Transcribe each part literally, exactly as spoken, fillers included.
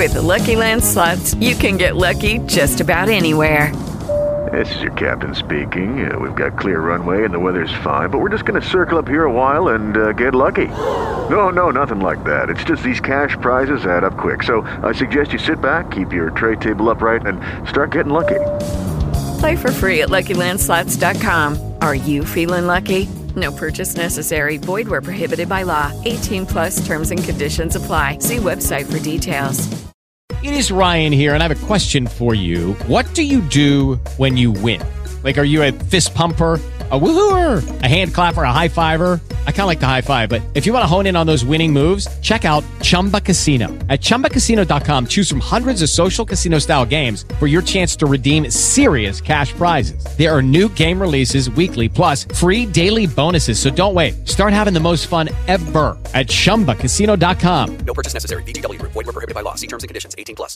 With the Lucky Land Slots, you can get lucky just about anywhere. This is your captain speaking. Uh, we've got clear runway and the weather's fine, but we're just going to circle up here a while and uh, get lucky. No, no, nothing like that. It's just these cash prizes add up quick. So I suggest you sit back, keep your tray table upright, and start getting lucky. Play for free at Lucky Land Slots dot com. Are you feeling lucky? No purchase necessary. Void where prohibited by law. eighteen plus terms and conditions apply. See website for details. It is Ryan here, and I have a question for you. What do you do when you win? Like, are you a fist pumper, a woohooer, a hand clapper, a high fiver? I kind of like the high five, but if you want to hone in on those winning moves, check out Chumba Casino. At Chumba Casino dot com, choose from hundreds of social casino-style games for your chance to redeem serious cash prizes. There are new game releases weekly, plus free daily bonuses. So don't wait. Start having the most fun ever at Chumba Casino dot com. No purchase necessary. V G W. Void where prohibited by law. See terms and conditions. eighteen plus.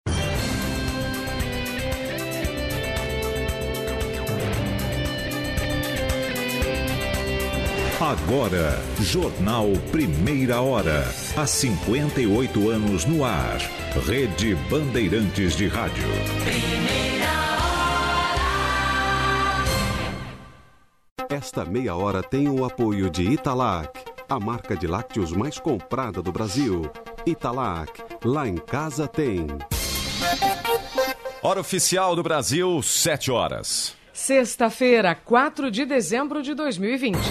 Agora, Jornal Primeira Hora. Há cinquenta e oito anos no ar. Rede Bandeirantes de Rádio. Primeira hora. Esta meia hora tem o apoio de Italac, a marca de lácteos mais comprada do Brasil. Italac, lá em casa tem. Hora oficial do Brasil, sete horas. Sexta-feira, quatro de dezembro de dois mil e vinte.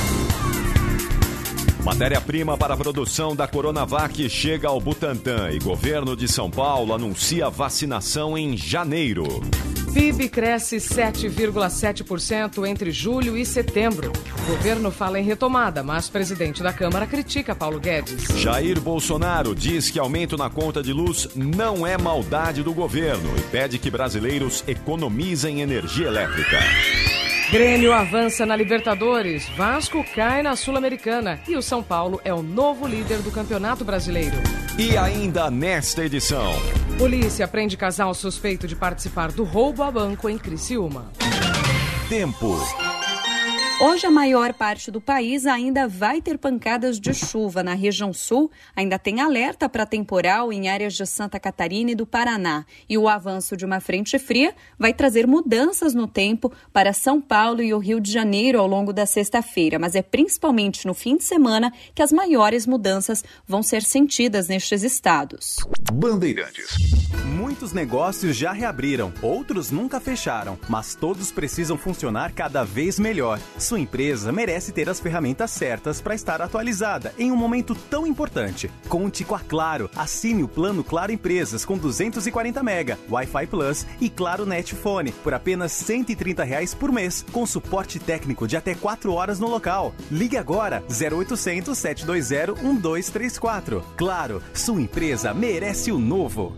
Matéria-prima para a produção da Coronavac chega ao Butantan e governo de São Paulo anuncia vacinação em janeiro. P I B cresce sete vírgula sete por cento entre julho e setembro. O governo fala em retomada, mas o presidente da Câmara critica Paulo Guedes. Jair Bolsonaro diz que aumento na conta de luz não é maldade do governo e pede que brasileiros economizem energia elétrica. Grêmio avança na Libertadores, Vasco cai na Sul-Americana e o São Paulo é o novo líder do Campeonato Brasileiro. E ainda nesta edição... Polícia prende casal suspeito de participar do roubo a banco em Criciúma. Tempo. Hoje a maior parte do país ainda vai ter pancadas de chuva. Na região sul, ainda tem alerta para temporal em áreas de Santa Catarina e do Paraná. E o avanço de uma frente fria vai trazer mudanças no tempo para São Paulo e o Rio de Janeiro ao longo da sexta-feira. Mas é principalmente no fim de semana que as maiores mudanças vão ser sentidas nestes estados. Bandeirantes. Muitos negócios já reabriram, outros nunca fecharam, mas todos precisam funcionar cada vez melhor. Sua empresa merece ter as ferramentas certas para estar atualizada em um momento tão importante. Conte com a Claro. Assine o plano Claro Empresas com duzentos e quarenta mega, Wi-Fi Plus e Claro Net Fone por apenas cento e trinta reais por mês, com suporte técnico de até quatro horas no local. Ligue agora zero oitocentos, sete dois zero, um dois três quatro. Claro, sua empresa merece o novo.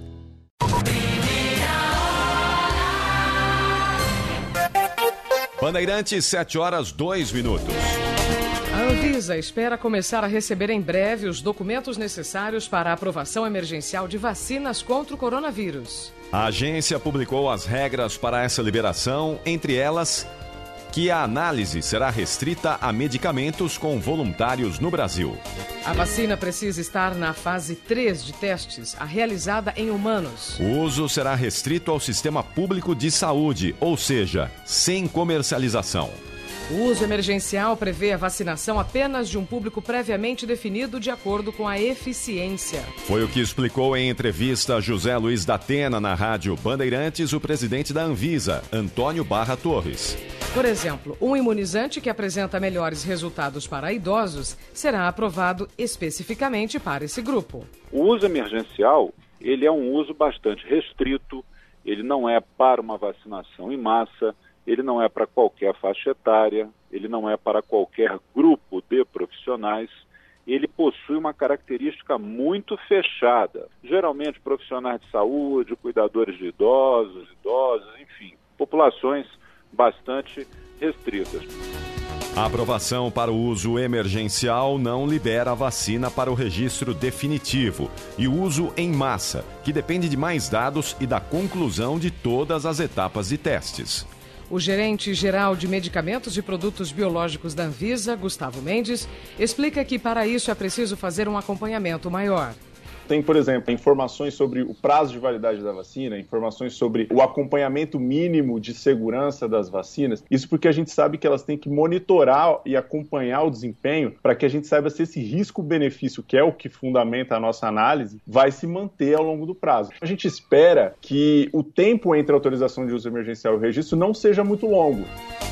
Bandeirantes, sete horas, dois minutos. A Anvisa espera começar a receber em breve os documentos necessários para a aprovação emergencial de vacinas contra o coronavírus. A agência publicou as regras para essa liberação, entre elas que a análise será restrita a medicamentos com voluntários no Brasil. A vacina precisa estar na fase três de testes, a realizada em humanos. O uso será restrito ao sistema público de saúde, ou seja, sem comercialização. O uso emergencial prevê a vacinação apenas de um público previamente definido de acordo com a eficiência. Foi o que explicou em entrevista a José Luiz da Atena na rádio Bandeirantes o presidente da Anvisa, Antônio Barra Torres. Por exemplo, um imunizante que apresenta melhores resultados para idosos será aprovado especificamente para esse grupo. O uso emergencial, ele é um uso bastante restrito, ele não é para uma vacinação em massa, ele não é para qualquer faixa etária, ele não é para qualquer grupo de profissionais, ele possui uma característica muito fechada. Geralmente profissionais de saúde, cuidadores de idosos, idosos, enfim, populações bastante restritas. A aprovação para o uso emergencial não libera a vacina para o registro definitivo e o uso em massa, que depende de mais dados e da conclusão de todas as etapas de testes. O gerente-geral de medicamentos e produtos biológicos da Anvisa, Gustavo Mendes, explica que para isso é preciso fazer um acompanhamento maior. tem, por exemplo, informações sobre o prazo de validade da vacina, informações sobre o acompanhamento mínimo de segurança das vacinas. Isso porque a gente sabe que elas têm que monitorar e acompanhar o desempenho para que a gente saiba se esse risco-benefício, que é o que fundamenta a nossa análise, vai se manter ao longo do prazo. A gente espera que o tempo entre a autorização de uso emergencial e o registro não seja muito longo.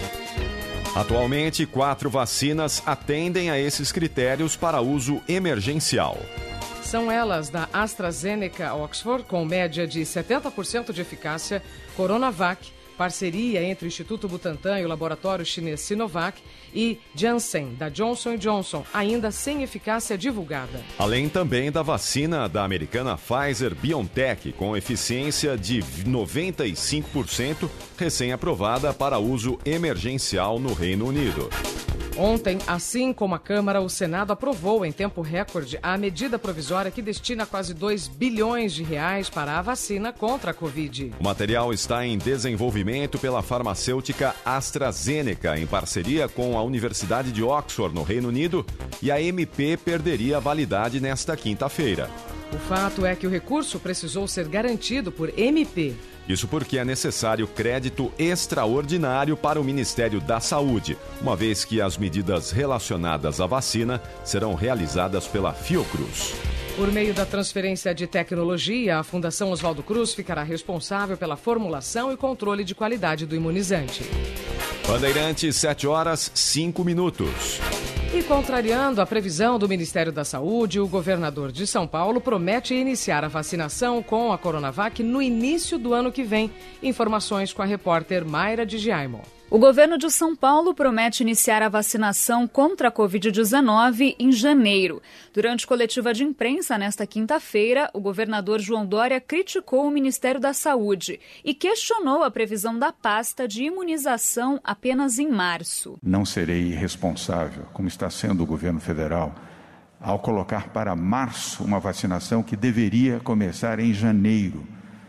Atualmente, quatro vacinas atendem a esses critérios para uso emergencial. São elas da AstraZeneca Oxford, com média de setenta por cento de eficácia, Coronavac, parceria entre o Instituto Butantan e o laboratório chinês Sinovac, e Janssen, da Johnson e Johnson, ainda sem eficácia divulgada. Além também da vacina da americana Pfizer-BioNTech, com eficiência de noventa e cinco por cento, recém-aprovada para uso emergencial no Reino Unido. Ontem, assim como a Câmara, o Senado aprovou em tempo recorde a medida provisória que destina quase dois bilhões de reais para a vacina contra a Covid. O material está em desenvolvimento pela farmacêutica AstraZeneca, em parceria com a Universidade de Oxford, no Reino Unido, e a M P perderia validade nesta quinta-feira. O fato é que o recurso precisou ser garantido por M P. Isso porque é necessário crédito extraordinário para o Ministério da Saúde, uma vez que as medidas relacionadas à vacina serão realizadas pela Fiocruz. Por meio da transferência de tecnologia, a Fundação Oswaldo Cruz ficará responsável pela formulação e controle de qualidade do imunizante. Bandeirantes, sete horas, cinco minutos. E contrariando a previsão do Ministério da Saúde, o governador de São Paulo promete iniciar a vacinação com a Coronavac no início do ano que vem. Informações com a repórter Mayra de Giaimo. O governo de São Paulo promete iniciar a vacinação contra a covid dezenove em janeiro. Durante coletiva de imprensa nesta quinta-feira, o governador João Dória criticou o Ministério da Saúde e questionou a previsão da pasta de imunização apenas em março. Não serei irresponsável, como está sendo o governo federal, ao colocar para março uma vacinação que deveria começar em janeiro.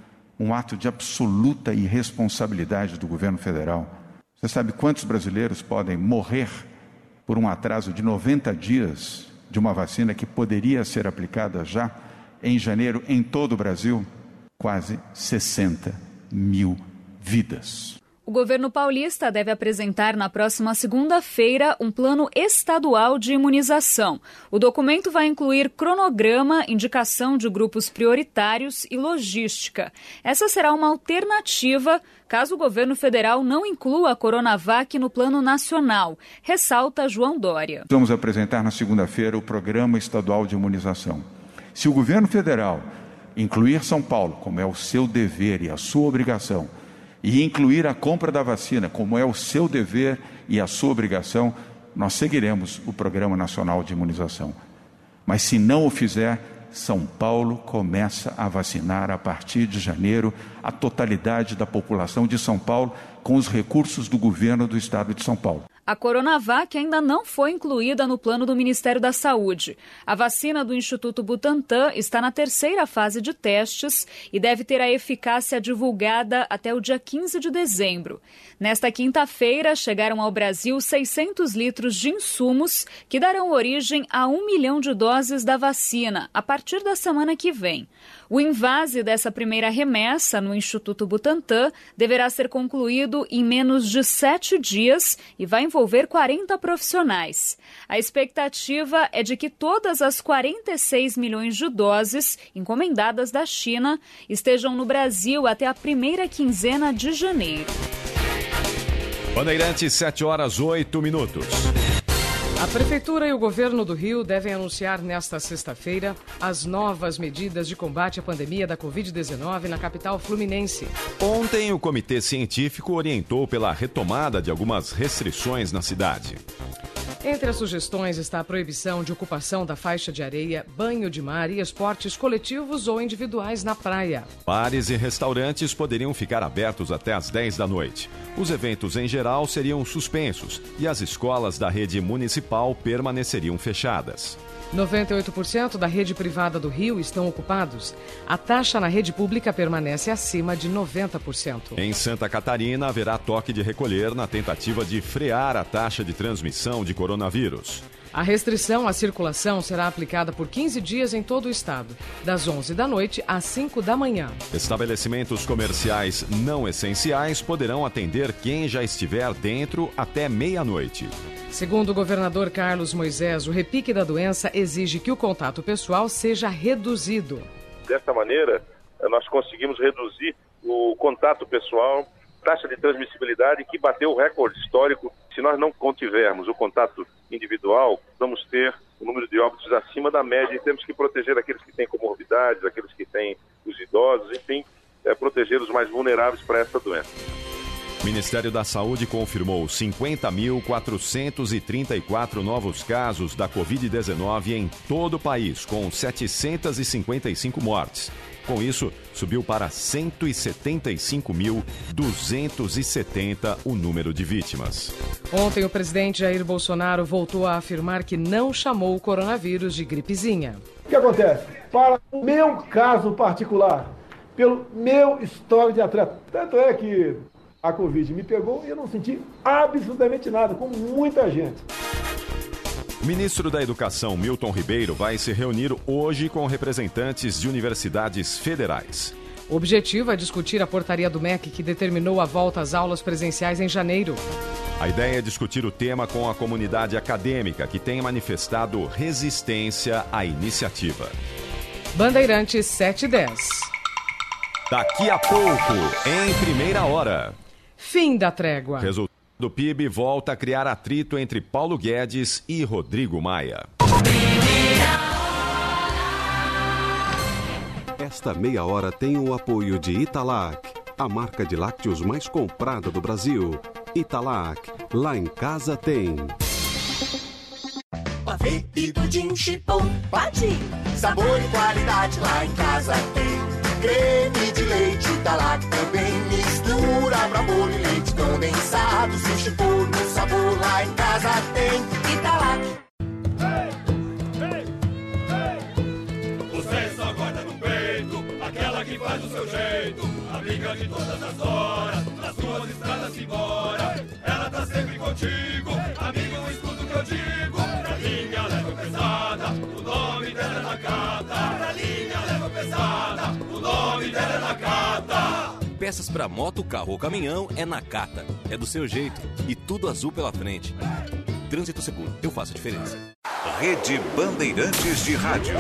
Um ato de absoluta irresponsabilidade do governo federal. Você sabe quantos brasileiros podem morrer por um atraso de noventa dias de uma vacina que poderia ser aplicada já em janeiro em todo o Brasil? Quase sessenta mil vidas. O governo paulista deve apresentar na próxima segunda-feira um plano estadual de imunização. O documento vai incluir cronograma, indicação de grupos prioritários e logística. Essa será uma alternativa caso o governo federal não inclua a Coronavac no plano nacional, ressalta João Dória. Vamos apresentar na segunda-feira o programa estadual de imunização. Se o governo federal incluir São Paulo, como é o seu dever e a sua obrigação, e incluir a compra da vacina, como é o seu dever e a sua obrigação, nós seguiremos o Programa Nacional de Imunização. Mas se não o fizer, São Paulo começa a vacinar a partir de janeiro a totalidade da população de São Paulo com os recursos do governo do estado de São Paulo. A Coronavac ainda não foi incluída no plano do Ministério da Saúde. A vacina do Instituto Butantan está na terceira fase de testes e deve ter a eficácia divulgada até o dia quinze de dezembro. Nesta quinta-feira, chegaram ao Brasil seiscentos litros de insumos que darão origem a um milhão de doses da vacina a partir da semana que vem. O invase dessa primeira remessa no Instituto Butantan deverá ser concluído em menos de sete dias e vai envolver quarenta profissionais. A expectativa é de que todas as quarenta e seis milhões de doses encomendadas da China estejam no Brasil até a primeira quinzena de janeiro. Bandeirantes, sete horas, oito minutos. A Prefeitura e o Governo do Rio devem anunciar nesta sexta-feira as novas medidas de combate à pandemia da covid dezenove na capital fluminense. Ontem, o Comitê Científico orientou pela retomada de algumas restrições na cidade. Entre as sugestões está a proibição de ocupação da faixa de areia, banho de mar e esportes coletivos ou individuais na praia. Bares e restaurantes poderiam ficar abertos até às dez da noite. Os eventos em geral seriam suspensos e as escolas da rede municipal permaneceriam fechadas. noventa e oito por cento da rede privada do Rio estão ocupados. A taxa na rede pública permanece acima de noventa por cento. Em Santa Catarina, haverá toque de recolher na tentativa de frear a taxa de transmissão de coronavírus. A restrição à circulação será aplicada por quinze dias em todo o estado, das onze da noite às cinco da manhã. Estabelecimentos comerciais não essenciais poderão atender quem já estiver dentro até meia-noite. Segundo o governador Carlos Moisés, o repique da doença exige que o contato pessoal seja reduzido. Desta maneira, nós conseguimos reduzir o contato pessoal, taxa de transmissibilidade que bateu o recorde histórico. Se nós não contivermos o contato individual, vamos ter o número de óbitos acima da média e temos que proteger aqueles que têm comorbidades, aqueles que têm os idosos, enfim, é, proteger os mais vulneráveis para essa doença. O Ministério da Saúde confirmou cinquenta mil quatrocentos e trinta e quatro novos casos da covid dezenove em todo o país, com setecentos e cinquenta e cinco mortes. Com isso, subiu para cento e setenta e cinco mil duzentos e setenta o número de vítimas. Ontem, o presidente Jair Bolsonaro voltou a afirmar que não chamou o coronavírus de gripezinha. O que acontece? Para o meu caso particular, pelo meu histórico de atleta, tanto é que a Covid me pegou e eu não senti absolutamente nada, como muita gente. O ministro da Educação, Milton Ribeiro, vai se reunir hoje com representantes de universidades federais. O objetivo é discutir a portaria do M E C que determinou a volta às aulas presenciais em janeiro. A ideia é discutir o tema com a comunidade acadêmica, que tem manifestado resistência à iniciativa. Bandeirantes sete e dez. Daqui a pouco, em primeira hora. Fim da trégua. Resultado do P I B volta a criar atrito entre Paulo Guedes e Rodrigo Maia. Esta meia hora tem o apoio de Italac, a marca de lácteos mais comprada do Brasil. Italac, lá em casa tem. Pavê e pudim chipom, pati. Sabor e qualidade lá em casa tem. Creme de leite Italac também. Mistura pra bolo e leite condensado. Se o chipom no sabor lá em casa tem. Italac. Você só guarda no peito aquela que faz do seu jeito. Amiga de todas as horas, nas suas estradas embora. Ela tá sempre contigo, amigo, escuta o que eu digo. Pra linha leva pesada, o nome dela é Nakata. Pra linha leva pesada, o nome dela é Nakata. Peças pra moto, carro ou caminhão é Nakata. É do seu jeito e tudo azul pela frente. Trânsito seguro, eu faço a diferença. Rede Bandeirantes de Rádio.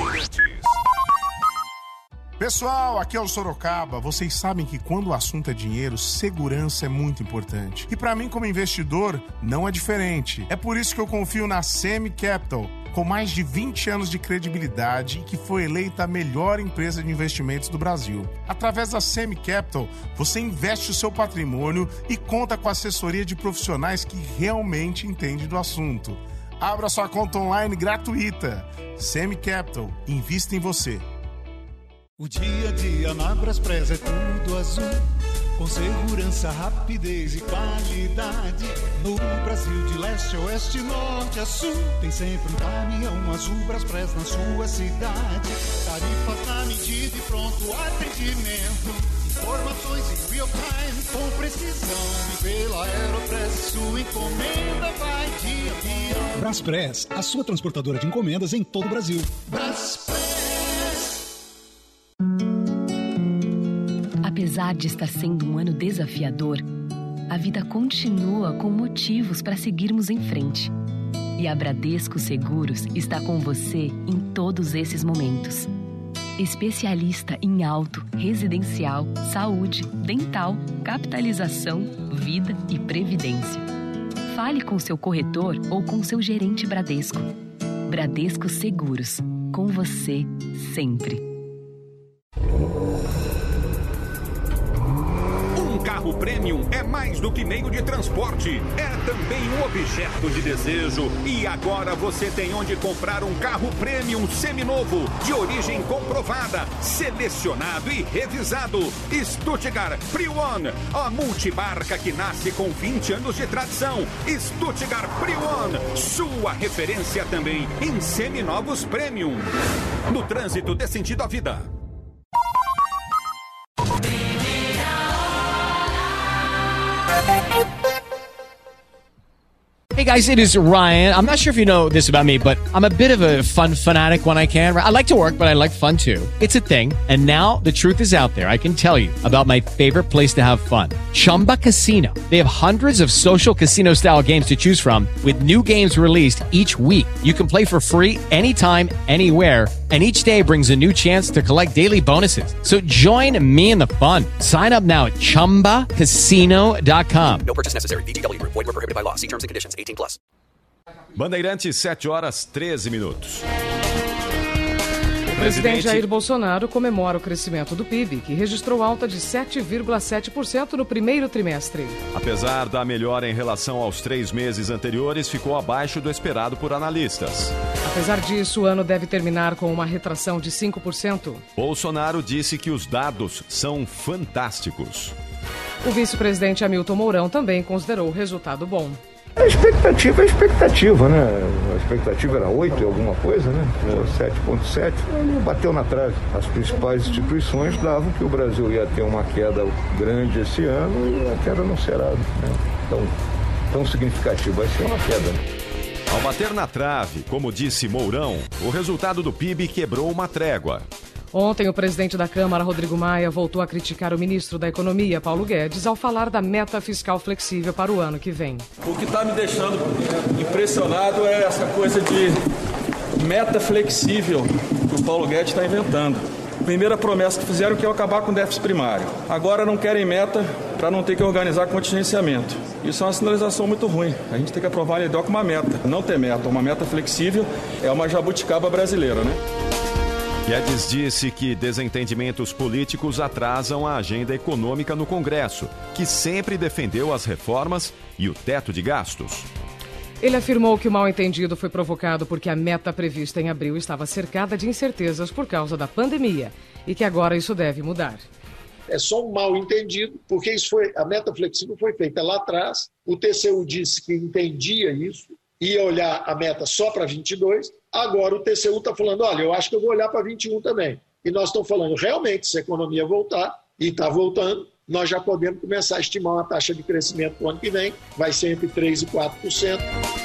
Pessoal, aqui é o Sorocaba. Vocês sabem que quando o assunto é dinheiro, segurança é muito importante. E para mim, como investidor, não é diferente. É por isso que eu confio na Semi Capital, com mais de vinte anos de credibilidade e que foi eleita a melhor empresa de investimentos do Brasil. Através da Semi Capital, você investe o seu patrimônio e conta com a assessoria de profissionais que realmente entendem do assunto. Abra sua conta online gratuita. Semi Capital, invista em você. O dia a dia na Braspress é tudo azul, com segurança, rapidez e qualidade. No Brasil de leste a oeste, norte a sul, tem sempre um caminhão azul Braspress na sua cidade. Tarifas na medida e pronto atendimento, informações em real time com precisão. E pela Aeropress sua encomenda vai de avião. Braspress, a sua transportadora de encomendas em todo o Brasil. Braspress. Apesar de estar sendo um ano desafiador, a vida continua com motivos para seguirmos em frente. E a Bradesco Seguros está com você em todos esses momentos. Especialista em auto, residencial, saúde, dental, capitalização, vida e previdência. Fale com seu corretor ou com seu gerente Bradesco. Bradesco Seguros, com você sempre. Carro Premium é mais do que meio de transporte, é também um objeto de desejo. E agora você tem onde comprar um carro Premium seminovo, de origem comprovada, selecionado e revisado. Stuttgart Pre-One, a multimarca que nasce com vinte anos de tradição. Stuttgart Pre-One, sua referência também em seminovos Premium. No trânsito dê sentido à vida. Hey guys, it is Ryan. I'm not sure if you know this about me, but I'm a bit of a fun fanatic when I can. I like to work, but I like fun too. It's a thing. And now the truth is out there. I can tell you about my favorite place to have fun. Chumba Casino. They have hundreds of social casino style games to choose from with new games released each week. You can play for free anytime, anywhere. And each day brings a new chance to collect daily bonuses. So join me in the fun. Sign up now at chumba casino dot com. No purchase necessary. V G W. Void where prohibited by law. See terms and conditions. eighteen plus. Bandeirantes, sete horas, treze minutos. O presidente Jair Bolsonaro comemora o crescimento do P I B, que registrou alta de sete vírgula sete por cento no primeiro trimestre. Apesar da melhora em relação aos três meses anteriores, ficou abaixo do esperado por analistas. Apesar disso, o ano deve terminar com uma retração de cinco por cento. Bolsonaro disse que os dados são fantásticos. O vice-presidente Hamilton Mourão também considerou o resultado bom. A expectativa é expectativa, né? A expectativa era oito e alguma coisa, né? sete vírgula sete, ele bateu na trave. As principais instituições davam que o Brasil ia ter uma queda grande esse ano e a queda não será, né? Tão, tão significativa, vai ser uma queda, né? Ao bater na trave, como disse Mourão, o resultado do P I B quebrou uma trégua. Ontem, o presidente da Câmara, Rodrigo Maia, voltou a criticar o ministro da Economia, Paulo Guedes, ao falar da meta fiscal flexível para o ano que vem. O que está me deixando impressionado é essa coisa de meta flexível que o Paulo Guedes está inventando. Primeira promessa que fizeram que é acabar com o déficit primário. Agora não querem meta para não ter que organizar contingenciamento. Isso é uma sinalização muito ruim. A gente tem que aprovar a L D O com uma meta. Não ter meta, uma meta flexível é uma jabuticaba brasileira, né? Guedes disse que desentendimentos políticos atrasam a agenda econômica no Congresso, que sempre defendeu as reformas e o teto de gastos. Ele afirmou que o mal-entendido foi provocado porque a meta prevista em abril estava cercada de incertezas por causa da pandemia e que agora isso deve mudar. É só um mal-entendido, porque isso foi, a meta flexível foi feita lá atrás, o T C U disse que entendia isso, ia olhar a meta só para vinte e dois, agora o T C U está falando, olha, eu acho que eu vou olhar para vinte e um também. E nós estamos falando, realmente, se a economia voltar, e está voltando, nós já podemos começar a estimar uma taxa de crescimento para o ano que vem, vai ser entre três por cento e quatro por cento.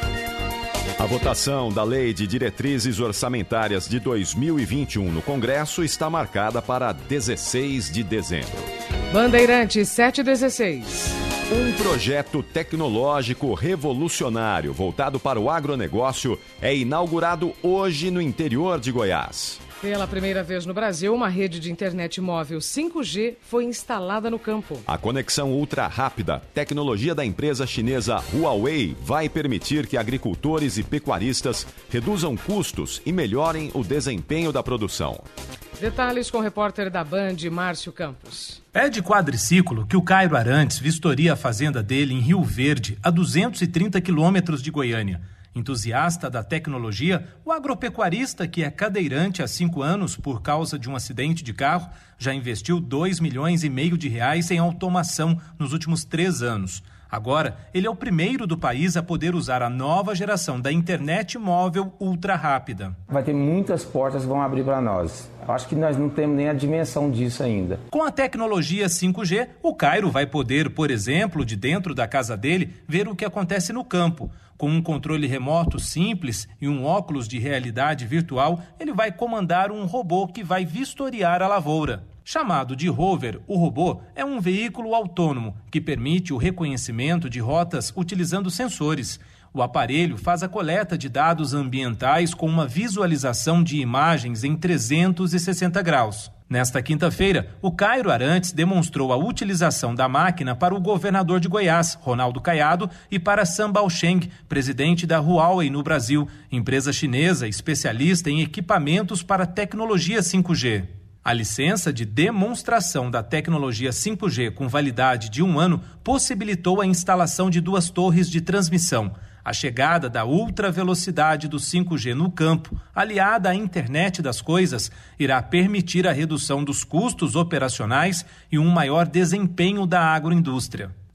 A votação da Lei de Diretrizes Orçamentárias de dois mil e vinte e um no Congresso está marcada para dezesseis de dezembro. Bandeirantes, sete e dezesseis. Um projeto tecnológico revolucionário voltado para o agronegócio é inaugurado hoje no interior de Goiás. Pela primeira vez no Brasil, uma rede de internet móvel cinco G foi instalada no campo. A conexão ultra rápida, tecnologia da empresa chinesa Huawei, vai permitir que agricultores e pecuaristas reduzam custos e melhorem o desempenho da produção. Detalhes com o repórter da Band, Márcio Campos. É de quadriciclo que o Cairo Arantes vistoria a fazenda dele em Rio Verde, a duzentos e trinta quilômetros de Goiânia. Entusiasta da tecnologia, o agropecuarista, que é cadeirante há cinco anos por causa de um acidente de carro, já investiu dois milhões e meio de reais em automação nos últimos três anos. Agora, ele é o primeiro do país a poder usar a nova geração da internet móvel ultra rápida. Vai ter muitas portas que vão abrir para nós. Eu acho que nós não temos nem a dimensão disso ainda. Com a tecnologia cinco G, o Cairo vai poder, por exemplo, de dentro da casa dele, ver o que acontece no campo. Com um controle remoto simples e um óculos de realidade virtual, ele vai comandar um robô que vai vistoriar a lavoura. Chamado de rover, o robô é um veículo autônomo que permite o reconhecimento de rotas utilizando sensores. O aparelho faz a coleta de dados ambientais com uma visualização de imagens em trezentos e sessenta graus. Nesta quinta-feira, o Cairo Arantes demonstrou a utilização da máquina para o governador de Goiás, Ronaldo Caiado, e para Sam Baosheng, presidente da Huawei no Brasil, empresa chinesa especialista em equipamentos para tecnologia cinco G. A licença de demonstração da tecnologia cinco G com validade de um ano possibilitou a instalação de duas torres de transmissão. A chegada da ultravelocidade do cinco G no campo, aliada à internet das coisas, irá permitir a redução dos custos operacionais e um maior desempenho da agroindústria.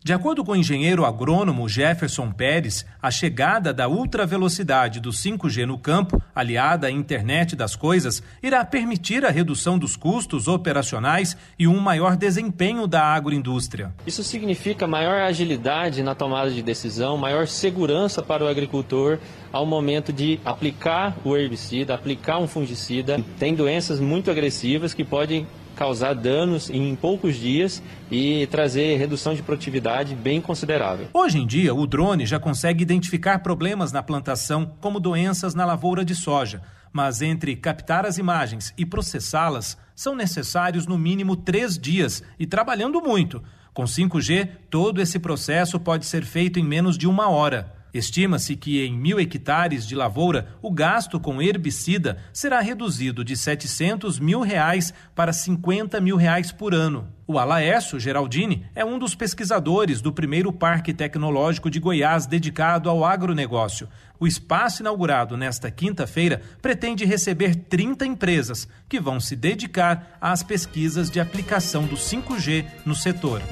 De acordo com o engenheiro agrônomo Jefferson Pérez, a chegada da ultravelocidade do cinco G no campo, aliada à internet das coisas, irá permitir a redução dos custos operacionais e um maior desempenho da agroindústria. Isso significa maior agilidade na tomada de decisão, maior segurança para o agricultor ao momento de aplicar o herbicida, aplicar um fungicida. Tem doenças muito agressivas que podem causar danos em poucos dias e trazer redução de produtividade bem considerável. Hoje em dia, o drone já consegue identificar problemas na plantação, como doenças na lavoura de soja. Mas entre captar as imagens e processá-las, são necessários no mínimo três dias e trabalhando muito. Com cinco G, todo esse processo pode ser feito em menos de uma hora. Estima-se que em mil hectares de lavoura, o gasto com herbicida será reduzido de setecentos mil reais para cinquenta mil reais por ano. O Alaércio Geraldini é um dos pesquisadores do primeiro Parque Tecnológico de Goiás dedicado ao agronegócio. O espaço inaugurado nesta quinta-feira pretende receber trinta empresas que vão se dedicar às pesquisas de aplicação do cinco G no setor.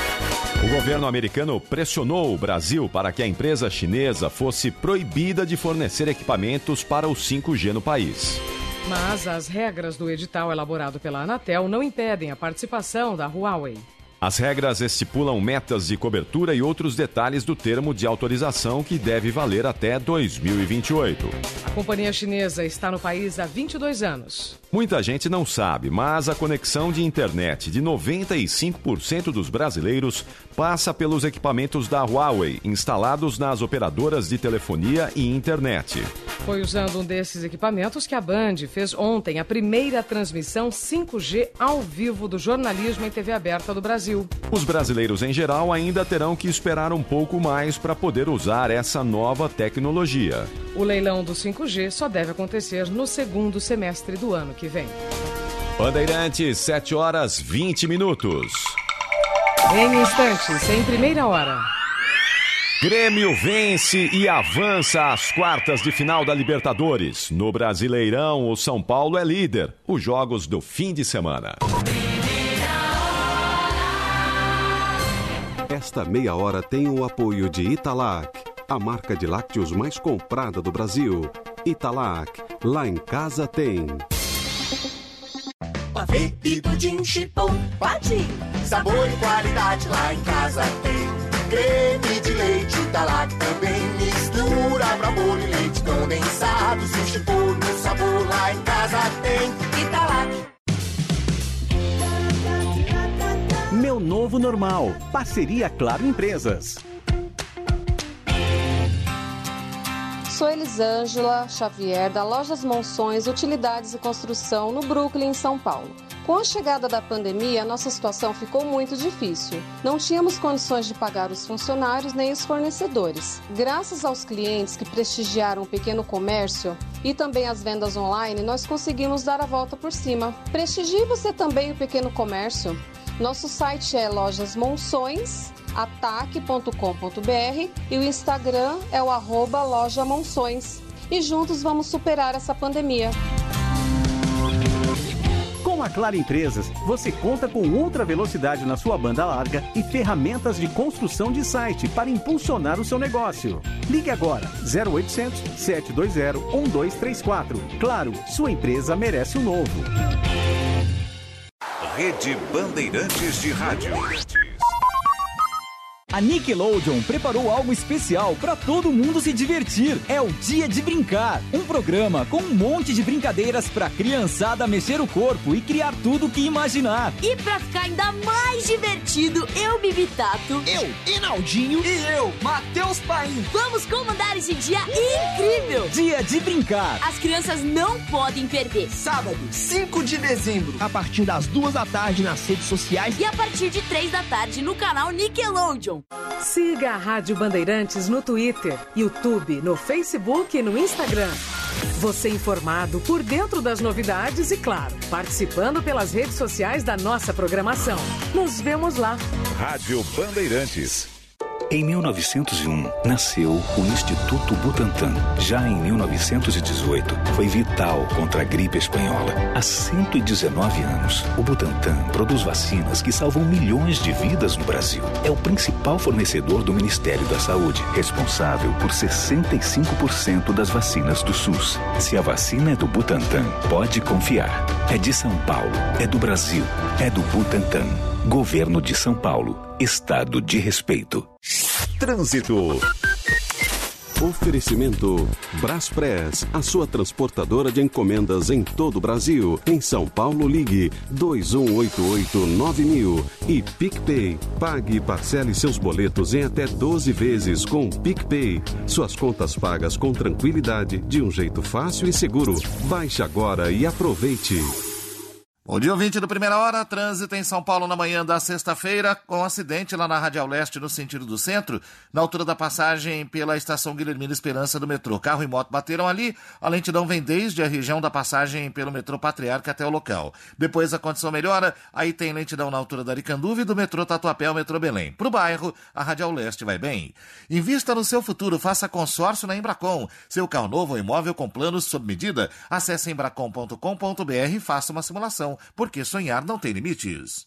O governo americano pressionou o Brasil para que a empresa chinesa fosse proibida de fornecer equipamentos para o cinco G no país. Mas as regras do edital elaborado pela Anatel não impedem a participação da Huawei. As regras estipulam metas de cobertura e outros detalhes do termo de autorização que deve valer até dois mil e vinte e oito. A companhia chinesa está no país há vinte e dois anos. Muita gente não sabe, mas a conexão de internet de noventa e cinco por cento dos brasileiros passa pelos equipamentos da Huawei, instalados nas operadoras de telefonia e internet. Foi usando um desses equipamentos que a Band fez ontem a primeira transmissão cinco G ao vivo do jornalismo em T V aberta do Brasil. Os brasileiros em geral ainda terão que esperar um pouco mais para poder usar essa nova tecnologia. O leilão do cinco G só deve acontecer no segundo semestre do ano que vem. Bandeirantes, sete horas vinte minutos. Em instantes, em primeira hora. Grêmio vence e avança às quartas de final da Libertadores. No Brasileirão, o São Paulo é líder. Os jogos do fim de semana. Esta meia hora tem o apoio de Italac, a marca de lácteos mais comprada do Brasil. Italac, lá em casa tem. Pavê e pudim chipom, pati. Sabor e qualidade lá em casa tem. Creme de leite Italac também. Mistura pra molho e leite condensado. Se o chipom no sabor lá em casa tem. Italac. Meu novo normal. Parceria Claro Empresas. Sou Elisângela Xavier, da Lojas Monções Utilidades e Construção, no Brooklyn, São Paulo. Com a chegada da pandemia, nossa situação ficou muito difícil. Não tínhamos condições de pagar os funcionários nem os fornecedores. Graças aos clientes que prestigiaram o pequeno comércio e também as vendas online, nós conseguimos dar a volta por cima. Prestigie você também o pequeno comércio. Nosso site é lojas monções ataque ponto com ponto br e o Instagram é o arroba loja monções. E juntos vamos superar essa pandemia. Com a Claro Empresas, você conta com ultra velocidade na sua banda larga e ferramentas de construção de site para impulsionar o seu negócio. Ligue agora, zero oitocentos, sete dois zero, um dois três quatro. Claro, sua empresa merece o novo. Rede Bandeirantes de Rádio. A Nickelodeon preparou algo especial para todo mundo se divertir. É o Dia de Brincar, um programa com um monte de brincadeiras para a criançada mexer o corpo e criar tudo o que imaginar. E para ficar ainda mais divertido, eu, Bibi Tato, eu, Inaldinho e eu, Matheus Paim, vamos comandar esse dia incrível. Dia de Brincar. As crianças não podem perder. Sábado, cinco de dezembro, a partir das duas da tarde nas redes sociais e a partir de três da tarde no canal Nickelodeon. Siga a Rádio Bandeirantes no Twitter, YouTube, no Facebook e no Instagram. Você informado por dentro das novidades e, claro, participando pelas redes sociais da nossa programação. Nos vemos lá. Rádio Bandeirantes. Em mil novecentos e um, nasceu o Instituto Butantan. Já em mil novecentos e dezoito, foi vital contra a gripe espanhola. Há cento e dezenove anos, o Butantan produz vacinas que salvam milhões de vidas no Brasil. É o principal fornecedor do Ministério da Saúde, responsável por sessenta e cinco por cento das vacinas do SUS. Se a vacina é do Butantan, pode confiar. É de São Paulo, é do Brasil, é do Butantan. Governo de São Paulo. Estado de respeito. Trânsito. Oferecimento Braspress, a sua transportadora de encomendas em todo o Brasil. Em São Paulo, ligue dois um oito oito nove mil. E PicPay, pague e parcele seus boletos em até doze vezes com o PicPay. Suas contas pagas com tranquilidade, de um jeito fácil e seguro. Baixe agora e aproveite. Bom dia, ouvinte do Primeira Hora. Trânsito em São Paulo na manhã da sexta-feira, com um acidente lá na Radial Leste, no sentido do centro, na altura da passagem pela estação Guilhermina Esperança do metrô. Carro e moto bateram ali, a lentidão vem desde a região da passagem pelo metrô Patriarca até o local. Depois a condição melhora, aí tem lentidão na altura da Aricanduva e do metrô Tatuapé ao metrô Belém. Para o bairro, a Radial Leste vai bem. Invista no seu futuro, faça consórcio na Embracon. Seu carro novo ou imóvel com planos sob medida, acesse embracon ponto com ponto br e faça uma simulação. Porque sonhar não tem limites.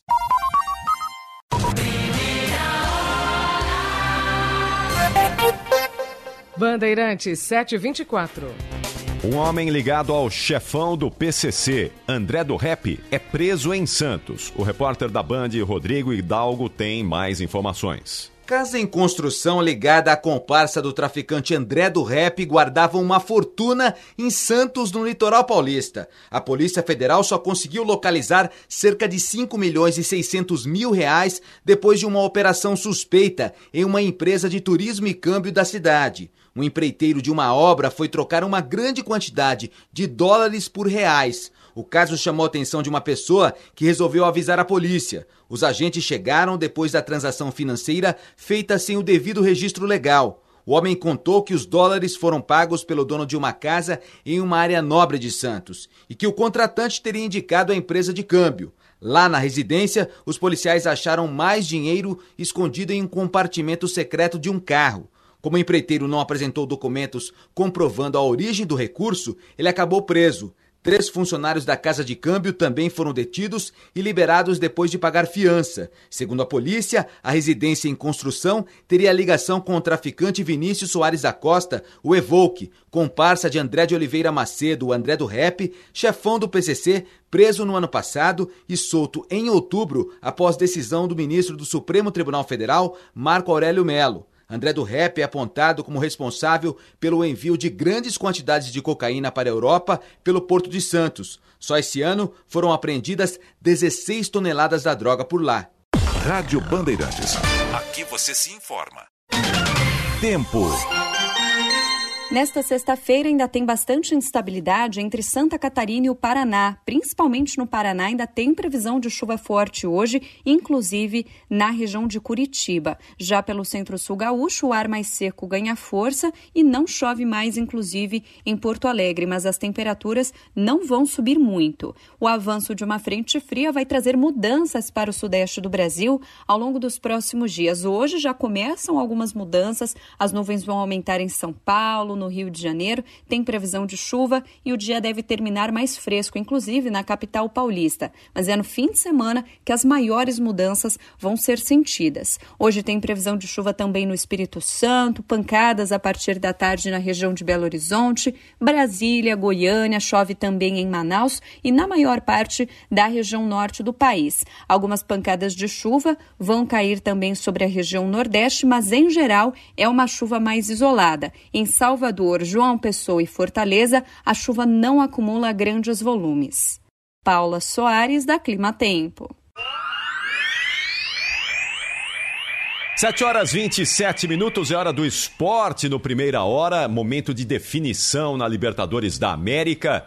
Bandeirantes sete e vinte e quatro. Um homem ligado ao chefão do P C C, André do Rap, é preso em Santos. O repórter da Band, Rodrigo Hidalgo, tem mais informações. Casa em construção ligada à comparsa do traficante André do Rap guardava uma fortuna em Santos, no litoral paulista. A Polícia Federal só conseguiu localizar cerca de cinco milhões e seiscentos mil reais depois de uma operação suspeita em uma empresa de turismo e câmbio da cidade. Um empreiteiro de uma obra foi trocar uma grande quantidade de dólares por reais. O caso chamou a atenção de uma pessoa que resolveu avisar a polícia. Os agentes chegaram depois da transação financeira feita sem o devido registro legal. O homem contou que os dólares foram pagos pelo dono de uma casa em uma área nobre de Santos e que o contratante teria indicado a empresa de câmbio. Lá na residência, os policiais acharam mais dinheiro escondido em um compartimento secreto de um carro. Como o empreiteiro não apresentou documentos comprovando a origem do recurso, ele acabou preso. Três funcionários da casa de câmbio também foram detidos e liberados depois de pagar fiança. Segundo a polícia, a residência em construção teria ligação com o traficante Vinícius Soares da Costa, o Evoque, comparsa de André de Oliveira Macedo, o André do Rap, chefão do P C C, preso no ano passado e solto em outubro após decisão do ministro do Supremo Tribunal Federal, Marco Aurélio Melo. André do Rap é apontado como responsável pelo envio de grandes quantidades de cocaína para a Europa pelo Porto de Santos. Só esse ano foram apreendidas dezesseis toneladas da droga por lá. Rádio Bandeirantes. Aqui você se informa. Tempo. Nesta sexta-feira ainda tem bastante instabilidade entre Santa Catarina e o Paraná. Principalmente no Paraná ainda tem previsão de chuva forte hoje, inclusive na região de Curitiba. Já pelo centro-sul gaúcho, o ar mais seco ganha força e não chove mais, inclusive em Porto Alegre, mas as temperaturas não vão subir muito. O avanço de uma frente fria vai trazer mudanças para o sudeste do Brasil ao longo dos próximos dias. Hoje já começam algumas mudanças, as nuvens vão aumentar em São Paulo, no Rio de Janeiro, tem previsão de chuva e o dia deve terminar mais fresco, inclusive na capital paulista. Mas é no fim de semana que as maiores mudanças vão ser sentidas. Hoje tem previsão de chuva também no Espírito Santo, pancadas a partir da tarde na região de Belo Horizonte, Brasília, Goiânia, chove também em Manaus e na maior parte da região norte do país. Algumas pancadas de chuva vão cair também sobre a região nordeste, mas em geral é uma chuva mais isolada. Em Salvador, João Pessoa e Fortaleza, a chuva não acumula grandes volumes. Paula Soares, da Clima Tempo. sete horas e vinte e sete minutos, é hora do esporte no Primeira Hora, momento de definição na Libertadores da América.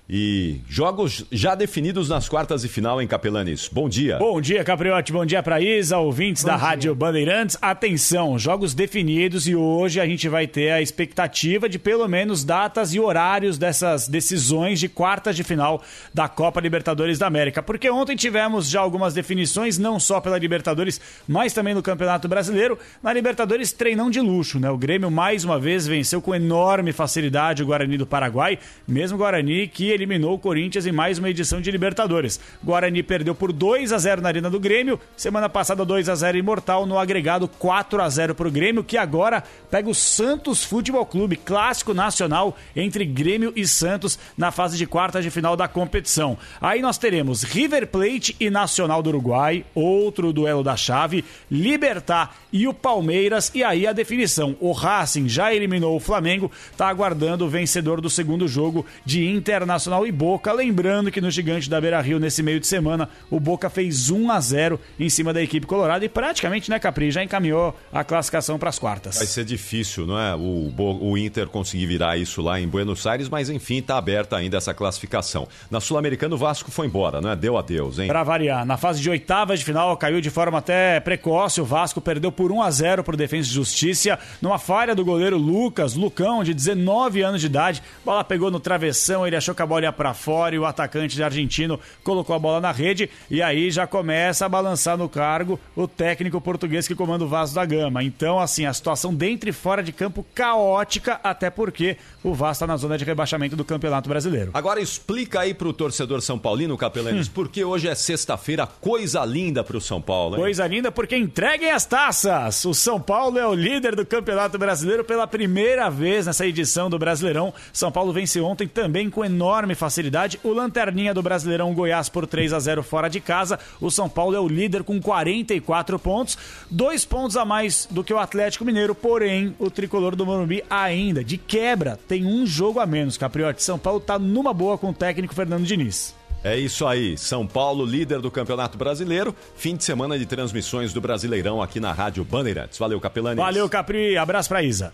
E jogos já definidos nas quartas de final em Capelanes. Bom dia. Bom dia, Capriotti. Bom dia para Isa, ouvintes Bom da dia. Rádio Bandeirantes. Atenção, jogos definidos e hoje a gente vai ter a expectativa de pelo menos datas e horários dessas decisões de quartas de final da Copa Libertadores da América. Porque ontem tivemos já algumas definições, não só pela Libertadores, mas também no Campeonato Brasileiro. Na Libertadores, treinão de luxo, né? O Grêmio mais uma vez venceu com enorme facilidade o Guarani do Paraguai, mesmo Guarani que eliminou o Corinthians em mais uma edição de Libertadores. Guarani perdeu por dois a zero na Arena do Grêmio, semana passada dois a zero Imortal, no agregado quatro a zero para o Grêmio, que agora pega o Santos Futebol Clube, clássico nacional entre Grêmio e Santos na fase de quartas de final da competição. Aí nós teremos River Plate e Nacional do Uruguai, outro duelo da chave, Libertad e o Palmeiras, e aí a definição. O Racing já eliminou o Flamengo, está aguardando o vencedor do segundo jogo de Internacional e Boca, lembrando que no Gigante da Beira-Rio, nesse meio de semana, o Boca fez um a zero em cima da equipe colorada e praticamente, né, Capri, já encaminhou a classificação para as quartas. Vai ser difícil, não é? O, o Inter conseguir virar isso lá em Buenos Aires, mas enfim, está aberta ainda essa classificação. Na Sul-Americana, o Vasco foi embora, não é? Deu adeus, hein? Para variar, na fase de oitavas de final, caiu de forma até precoce, o Vasco perdeu por um a zero para o Defensa e Justiça, numa falha do goleiro Lucas, Lucão, de dezenove anos de idade, a bola pegou no travessão, ele achou que a bola ia para fora e o atacante argentino colocou a bola na rede e aí já começa a balançar no cargo o técnico português que comanda o Vasco da Gama. Então, assim, a situação dentro e fora de campo caótica, até porque o Vasco está na zona de rebaixamento do Campeonato Brasileiro. Agora explica aí pro torcedor São Paulino, Capelanes, hum. porque hoje é sexta-feira, coisa linda pro São Paulo, hein? Coisa linda porque entreguem as taças! O São Paulo é o líder do Campeonato Brasileiro pela primeira vez nessa edição do Brasileirão. São Paulo vence ontem também com enorme facilidade o lanterninha do Brasileirão Goiás por três a zero fora de casa. O São Paulo é o líder com quarenta e quatro pontos, dois pontos a mais do que o Atlético Mineiro, porém o tricolor do Morumbi ainda, de quebra, tem um jogo a menos, Capriotti. São Paulo tá numa boa com o técnico Fernando Diniz. É isso aí, São Paulo, líder do Campeonato Brasileiro, fim de semana de transmissões do Brasileirão aqui na Rádio Bandeirantes. Valeu, Capelanes. Valeu, Capri, abraço pra Isa.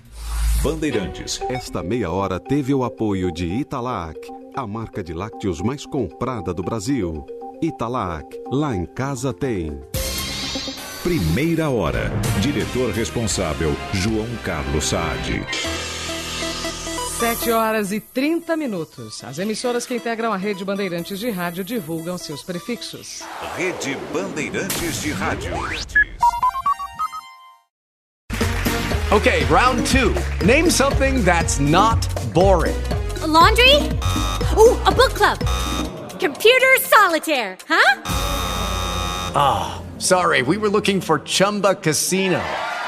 Bandeirantes. Esta meia hora teve o apoio de Italac, a marca de lácteos mais comprada do Brasil. Italac, lá em casa tem. Primeira hora. Diretor responsável, João Carlos Saad. sete horas e trinta minutos. As emissoras que integram a Rede Bandeirantes de Rádio divulgam seus prefixos. Rede Bandeirantes de Rádio. Okay, round two. Name something that's not boring. A laundry? Ooh, a book club. Computer solitaire, huh? Ah, oh, sorry, we were looking for Chumba Casino.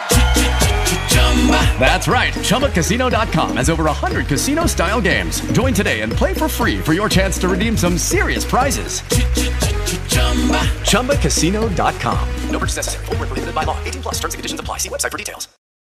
That's right, Chumba Casino dot com has over one hundred casino-style games. Join today and play for free for your chance to redeem some serious prizes. Chumba Casino dot com. No purchase necessary. Void where prohibited by law. eighteen plus. Terms and conditions apply. See website for details.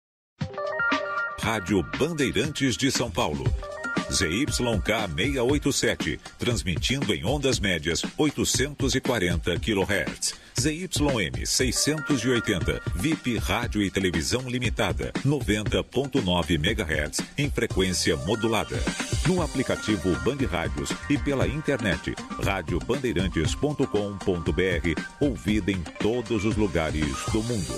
Rádio Bandeirantes de São Paulo. Z Y K seiscentos e oitenta e sete, transmitindo em ondas médias oitocentos e quarenta quilohertz. Z Y M seiscentos e oitenta, V I P Rádio e Televisão Limitada, noventa ponto nove megahertz, em frequência modulada. No aplicativo Band Rádios e pela internet, rádio bandeirantes ponto com ponto b r, ouvida em todos os lugares do mundo.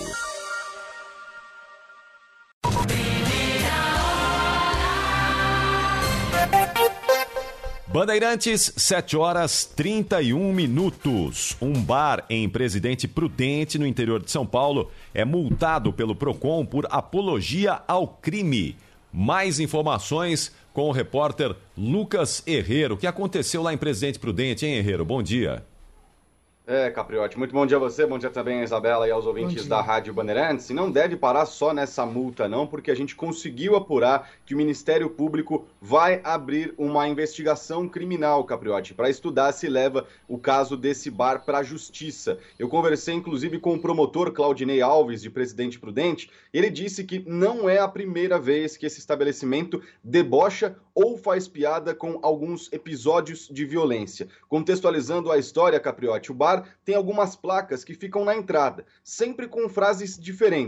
Bandeirantes, sete horas e trinta e um minutos. Um bar em Presidente Prudente, no interior de São Paulo, é multado pelo Procon por apologia ao crime. Mais informações com o repórter Lucas Herrero. O que aconteceu lá em Presidente Prudente, hein, Herrero? Bom dia. É, Capriotti, muito bom dia a você, bom dia também a Isabela e aos ouvintes da Rádio Bandeirantes. E não deve parar só nessa multa não, porque a gente conseguiu apurar que o Ministério Público vai abrir uma investigação criminal, Capriotti, para estudar se leva o caso desse bar para a justiça. Eu conversei inclusive com o promotor Claudinei Alves, de Presidente Prudente. Ele disse que não é a primeira vez que esse estabelecimento debocha ou faz piada com alguns episódios de violência. Contextualizando a história, Capriotti, o bar tem algumas placas que ficam na entrada, sempre com frases diferentes.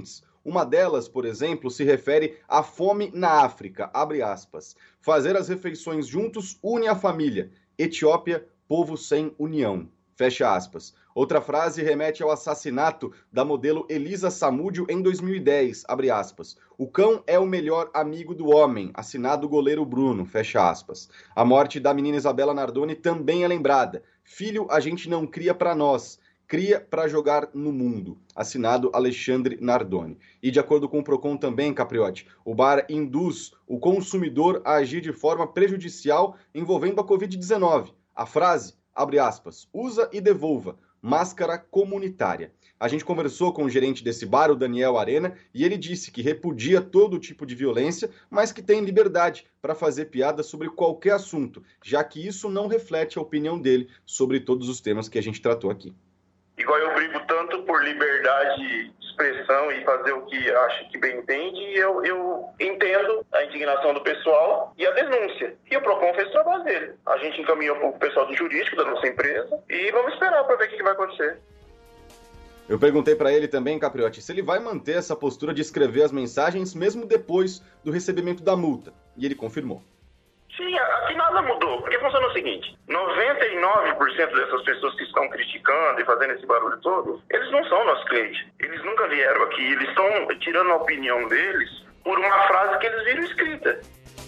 Uma delas, por exemplo, se refere à fome na África, abre aspas. Fazer as refeições juntos une a família. Etiópia, povo sem união. Fecha aspas. Outra frase remete ao assassinato da modelo Elisa Samúdio em dois mil e dez, abre aspas. O cão é o melhor amigo do homem, assinado o goleiro Bruno, fecha aspas. A morte da menina Isabela Nardoni também é lembrada. Filho, a gente não cria para nós, cria para jogar no mundo, assinado Alexandre Nardoni. E de acordo com o Procon também, Capriotti, o bar induz o consumidor a agir de forma prejudicial envolvendo a covid dezenove. A frase, abre aspas, usa e devolva, máscara comunitária. A gente conversou com o gerente desse bar, o Daniel Arena, e ele disse que repudia todo tipo de violência, mas que tem liberdade para fazer piada sobre qualquer assunto, já que isso não reflete a opinião dele sobre todos os temas que a gente tratou aqui. Igual eu brigo tanto por liberdade de expressão e fazer o que acho que bem entende, eu, eu entendo a indignação do pessoal e a denúncia. E o Procon fez o trabalho dele. A gente encaminhou para o pessoal do jurídico da nossa empresa e vamos esperar para ver o que, que vai acontecer. Eu perguntei para ele também, Capriotti, se ele vai manter essa postura de escrever as mensagens mesmo depois do recebimento da multa. E ele confirmou. Sim, aqui nada mudou, porque funciona o seguinte, noventa e nove por cento dessas pessoas que estão criticando e fazendo esse barulho todo, eles não são nossos clientes, eles nunca vieram aqui, eles estão tirando a opinião deles por uma frase que eles viram escrita.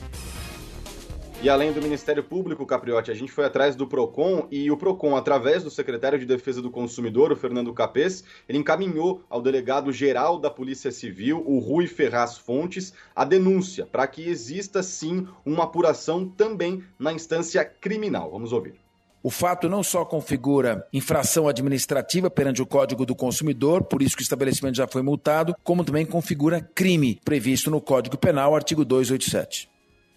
E além do Ministério Público, Capriotti, a gente foi atrás do Procon e o Procon, através do secretário de Defesa do Consumidor, o Fernando Capês, ele encaminhou ao delegado-geral da Polícia Civil, o Rui Ferraz Fontes, a denúncia para que exista sim uma apuração também na instância criminal. Vamos ouvir. O fato não só configura infração administrativa perante o Código do Consumidor, por isso que o estabelecimento já foi multado, como também configura crime previsto no Código Penal, artigo duzentos e oitenta e sete.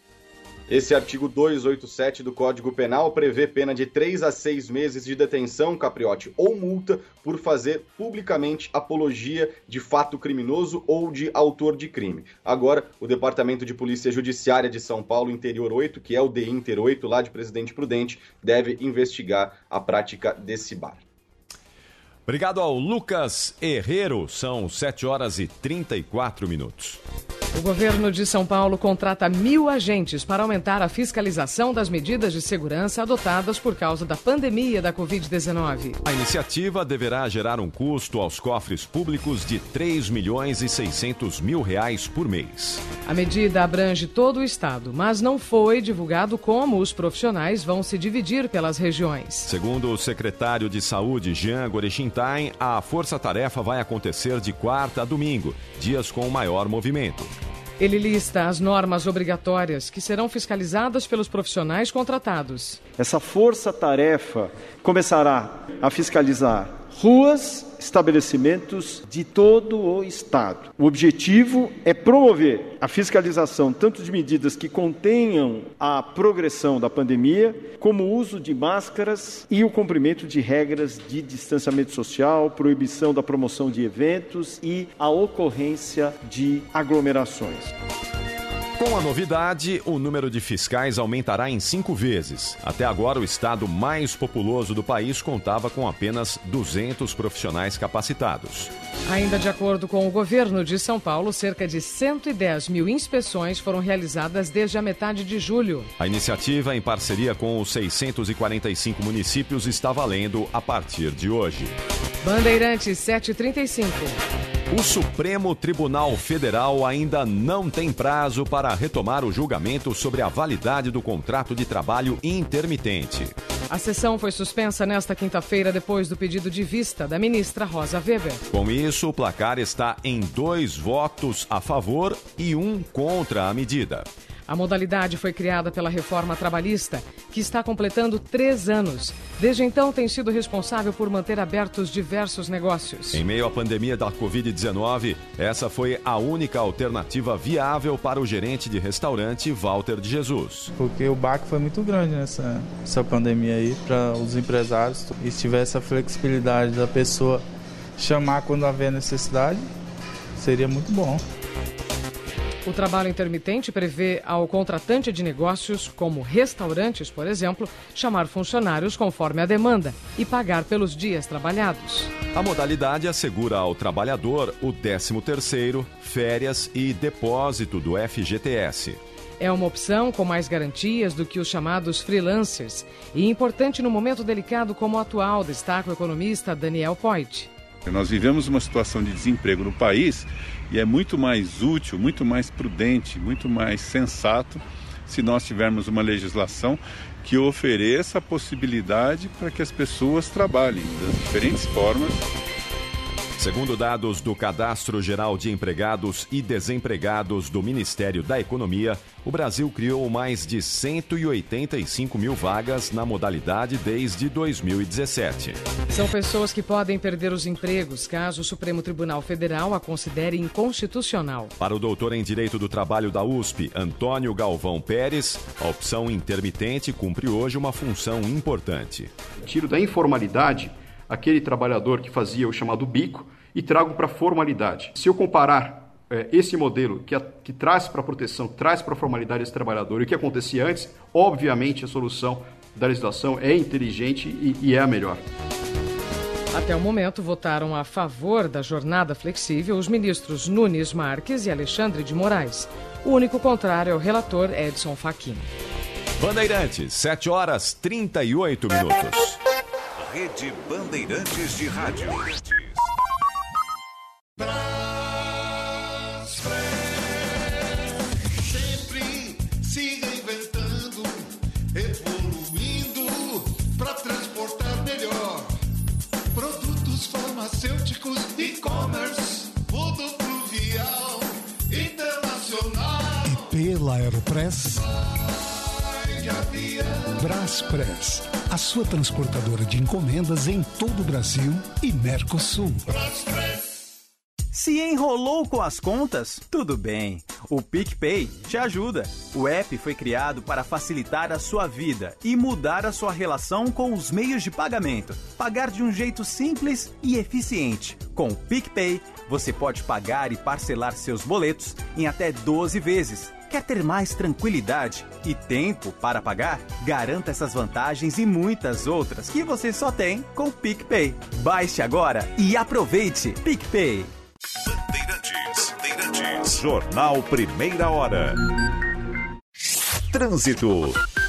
Esse artigo duzentos e oitenta e sete do Código Penal prevê pena de três a seis meses de detenção, Capriotti, ou multa por fazer publicamente apologia de fato criminoso ou de autor de crime. Agora, o Departamento de Polícia Judiciária de São Paulo, Interior oito, que é o D Inter oito, lá de Presidente Prudente, deve investigar a prática desse bar. Obrigado ao Lucas Herrero. São sete horas e trinta e quatro minutos. O governo de São Paulo contrata mil agentes para aumentar a fiscalização das medidas de segurança adotadas por causa da pandemia da covid dezenove. A iniciativa deverá gerar um custo aos cofres públicos de três milhões e seiscentos mil reais por mês. A medida abrange todo o estado, mas não foi divulgado como os profissionais vão se dividir pelas regiões. Segundo o secretário de Saúde, Jean Gorechintain, a força-tarefa vai acontecer de quarta a domingo, dias com maior movimento. Ele lista as normas obrigatórias que serão fiscalizadas pelos profissionais contratados. Essa força-tarefa começará a fiscalizar ruas, estabelecimentos de todo o estado. O objetivo é promover a fiscalização tanto de medidas que contenham a progressão da pandemia, como o uso de máscaras e o cumprimento de regras de distanciamento social, proibição da promoção de eventos e a ocorrência de aglomerações. Com a novidade, o número de fiscais aumentará em cinco vezes. Até agora, o estado mais populoso do país contava com apenas duzentos profissionais capacitados. Ainda de acordo com o governo de São Paulo, cerca de cento e dez mil inspeções foram realizadas desde a metade de julho. A iniciativa, em parceria com os seiscentos e quarenta e cinco municípios, está valendo a partir de hoje. Bandeirantes sete e trinta e cinco. O Supremo Tribunal Federal ainda não tem prazo para retomar o julgamento sobre a validade do contrato de trabalho intermitente. A sessão foi suspensa nesta quinta-feira depois do pedido de vista da ministra Rosa Weber. Com isso, o placar está em dois votos a favor e um contra a medida. A modalidade foi criada pela reforma trabalhista, que está completando três anos. Desde então, tem sido responsável por manter abertos diversos negócios. Em meio à pandemia da covid dezenove, essa foi a única alternativa viável para o gerente de restaurante Walter de Jesus. Porque o baque foi muito grande nessa essa pandemia aí para os empresários. E se tiver essa flexibilidade da pessoa chamar quando haver necessidade, seria muito bom. O trabalho intermitente prevê ao contratante de negócios, como restaurantes, por exemplo, chamar funcionários conforme a demanda e pagar pelos dias trabalhados. A modalidade assegura ao trabalhador o décimo terceiro, férias e depósito do F G T S. É uma opção com mais garantias do que os chamados freelancers e importante no momento delicado como o atual, destaca o economista Daniel Poit. Nós vivemos uma situação de desemprego no país e é muito mais útil, muito mais prudente, muito mais sensato se nós tivermos uma legislação que ofereça a possibilidade para que as pessoas trabalhem das diferentes formas. Segundo dados do Cadastro Geral de Empregados e Desempregados do Ministério da Economia, o Brasil criou mais de cento e oitenta e cinco mil vagas na modalidade desde dois mil e dezessete. São pessoas que podem perder os empregos caso o Supremo Tribunal Federal a considere inconstitucional. Para o doutor em Direito do Trabalho da U S P, Antônio Galvão Pérez, a opção intermitente cumpre hoje uma função importante. Tiro da informalidade aquele trabalhador que fazia o chamado bico e trago para a formalidade. Se eu comparar é, esse modelo que, a, que traz para a proteção, traz para a formalidade esse trabalhador e o que acontecia antes, obviamente a solução da legislação é inteligente e, e é a melhor. Até o momento, votaram a favor da jornada flexível os ministros Nunes Marques e Alexandre de Moraes. O único contrário é o relator Edson Fachin. Bandeirantes, sete horas e trinta e oito minutos. Rede Bandeirantes de Rádio. Sempre se reinventando, evoluindo para transportar melhor. Produtos farmacêuticos, e-commerce, rodoviário, internacional. E pela Aeropress, Braspress, a sua transportadora de encomendas em todo o Brasil e Mercosul. Se enrolou com as contas? Tudo bem. O PicPay te ajuda. O app foi criado para facilitar a sua vida e mudar a sua relação com os meios de pagamento. Pagar de um jeito simples e eficiente. Com o PicPay, você pode pagar e parcelar seus boletos em até doze vezes. Quer ter mais tranquilidade e tempo para pagar? Garanta essas vantagens e muitas outras que você só tem com o PicPay. Baixe agora e aproveite. PicPay. Bandeirantes, Bandeirantes. Jornal Primeira Hora. Trânsito.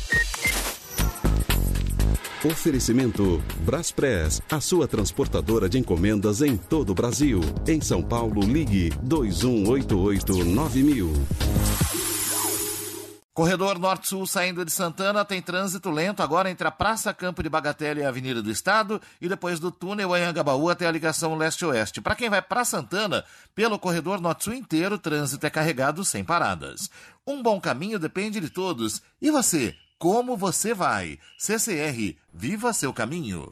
Oferecimento Braspress, a sua transportadora de encomendas em todo o Brasil. Em São Paulo, ligue dois um oito oito nove mil. Corredor Norte-Sul saindo de Santana tem trânsito lento agora entre a Praça Campo de Bagatelle e a Avenida do Estado e depois do túnel Anhangabaú até a ligação leste-oeste. Para quem vai para Santana, pelo corredor Norte-Sul inteiro, o trânsito é carregado sem paradas. Um bom caminho depende de todos. E você? Como você vai? C C R, viva seu caminho.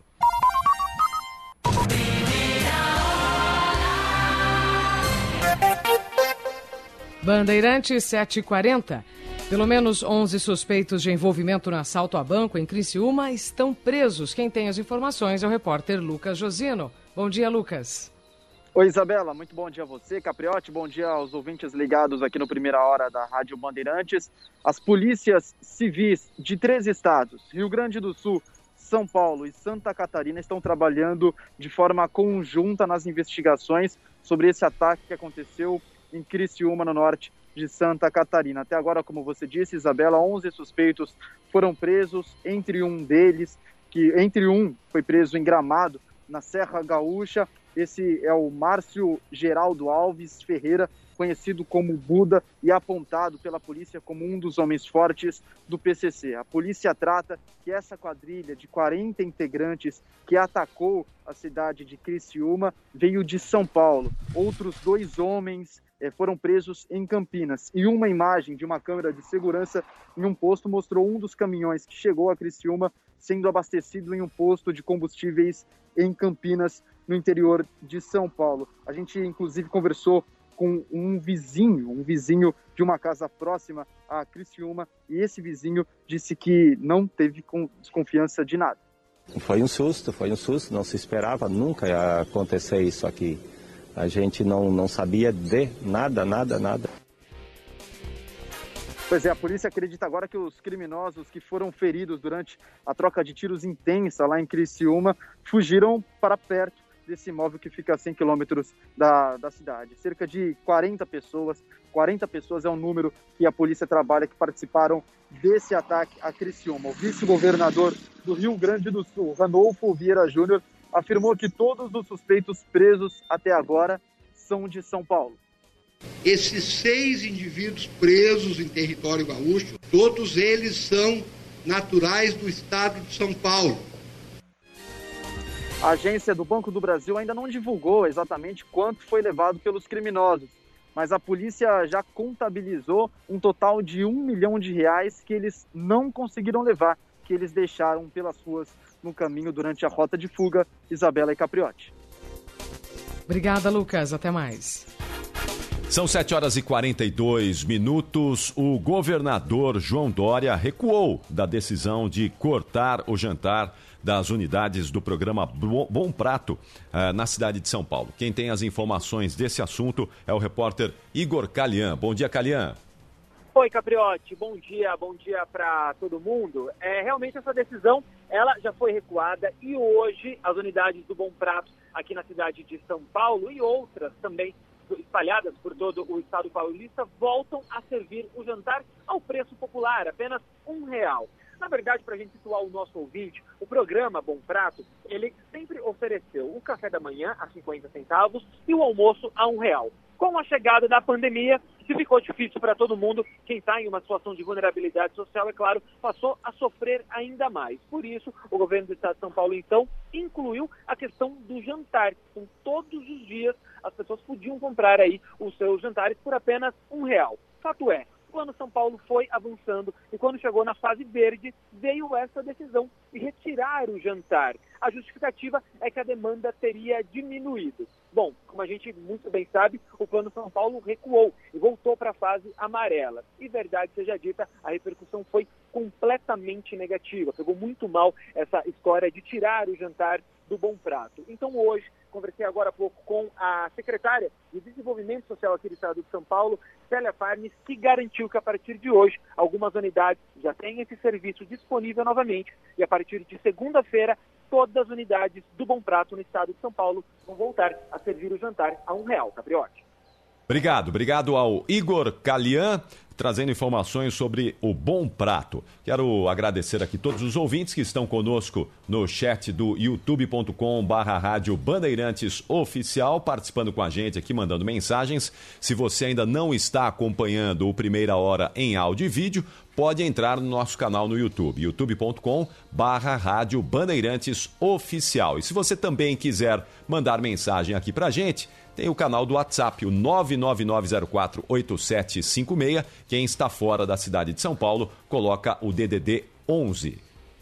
Bandeirantes sete e quarenta. Pelo menos onze suspeitos de envolvimento no assalto a banco em Criciúma estão presos. Quem tem as informações é o repórter Lucas Josino. Bom dia, Lucas. Oi, Isabela. Muito bom dia a você, Capriotti. Bom dia aos ouvintes ligados aqui no Primeira Hora da Rádio Bandeirantes. As polícias civis de três estados, Rio Grande do Sul, São Paulo e Santa Catarina, estão trabalhando de forma conjunta nas investigações sobre esse ataque que aconteceu em Criciúma, no norte de Santa Catarina. Até agora, como você disse, Isabela, onze suspeitos foram presos, entre um deles, que entre um foi preso em Gramado, na Serra Gaúcha. Esse é o Márcio Geraldo Alves Ferreira, conhecido como Buda e apontado pela polícia como um dos homens fortes do P C C. A polícia trata que essa quadrilha de quarenta integrantes que atacou a cidade de Criciúma veio de São Paulo. Outros dois homens foram presos em Campinas. E uma imagem de uma câmera de segurança em um posto mostrou um dos caminhões que chegou a Criciúma sendo abastecido em um posto de combustíveis em Campinas, no interior de São Paulo. A gente, inclusive, conversou com um vizinho, um vizinho de uma casa próxima a Criciúma, e esse vizinho disse que não teve desconfiança de nada. Foi um susto, foi um susto, não se esperava nunca ia acontecer isso aqui. A gente não, não sabia de nada, nada, nada. Pois é, a polícia acredita agora que os criminosos que foram feridos durante a troca de tiros intensa lá em Criciúma fugiram para perto desse imóvel que fica a cem quilômetros da, da cidade. Cerca de quarenta pessoas, quarenta pessoas é o número que a polícia trabalha que participaram desse ataque a Criciúma. O vice-governador do Rio Grande do Sul, Ranolfo Vieira Júnior, afirmou que todos os suspeitos presos até agora são de São Paulo. Esses seis indivíduos presos em território gaúcho, todos eles são naturais do estado de São Paulo. A agência do Banco do Brasil ainda não divulgou exatamente quanto foi levado pelos criminosos, mas a polícia já contabilizou um total de um milhão de reais que eles não conseguiram levar, que eles deixaram pelas ruas no caminho durante a rota de fuga. Isabela e Capriotti. Obrigada, Lucas. Até mais. São sete horas e quarenta e dois minutos. O governador João Dória recuou da decisão de cortar o jantar das unidades do programa Bom Prato uh, na cidade de São Paulo. Quem tem as informações desse assunto é o repórter Igor Calian. Bom dia, Calian. Oi, Capriotti. Bom dia, bom dia para todo mundo. É, realmente essa decisão ela já foi recuada e hoje as unidades do Bom Prato aqui na cidade de São Paulo e outras também espalhadas por todo o estado paulista, voltam a servir o jantar ao preço popular, apenas um real. Na verdade, para a gente situar o nosso ouvinte, o programa Bom Prato, ele sempre ofereceu o café da manhã a cinquenta centavos e o almoço a um real. Com a chegada da pandemia, que ficou difícil para todo mundo, quem está em uma situação de vulnerabilidade social, é claro, passou a sofrer ainda mais. Por isso, o governo do estado de São Paulo, então, incluiu a questão do jantar. Então, todos os dias, as pessoas podiam comprar aí os seus jantares por apenas um real. Fato é, o Plano São Paulo foi avançando e quando chegou na fase verde, veio essa decisão de retirar o jantar. A justificativa é que a demanda teria diminuído. Bom, como a gente muito bem sabe, o Plano São Paulo recuou e voltou para a fase amarela. E verdade seja dita, a repercussão foi completamente negativa. Pegou muito mal essa história de tirar o jantar do Bom Prato. Então hoje, conversei agora há pouco com a secretária de Desenvolvimento Social aqui do estado de São Paulo, Célia Farnes, que garantiu que a partir de hoje algumas unidades já têm esse serviço disponível novamente e a partir de segunda-feira todas as unidades do Bom Prato no estado de São Paulo vão voltar a servir o jantar a um real, Capriotti. Obrigado, obrigado ao Igor Calian, trazendo informações sobre o Bom Prato. Quero agradecer aqui todos os ouvintes que estão conosco no chat do youtube ponto com barra rádio Bandeirantes Oficial, participando com a gente aqui, mandando mensagens. Se você ainda não está acompanhando o Primeira Hora em áudio e vídeo, pode entrar no nosso canal no YouTube, youtube ponto com barra rádio Bandeirantes Oficial. E se você também quiser mandar mensagem aqui pra gente, tem o canal do WhatsApp, o nove nove nove zero quatro oito sete cinco seis. Quem está fora da cidade de São Paulo, coloca o D D D onze.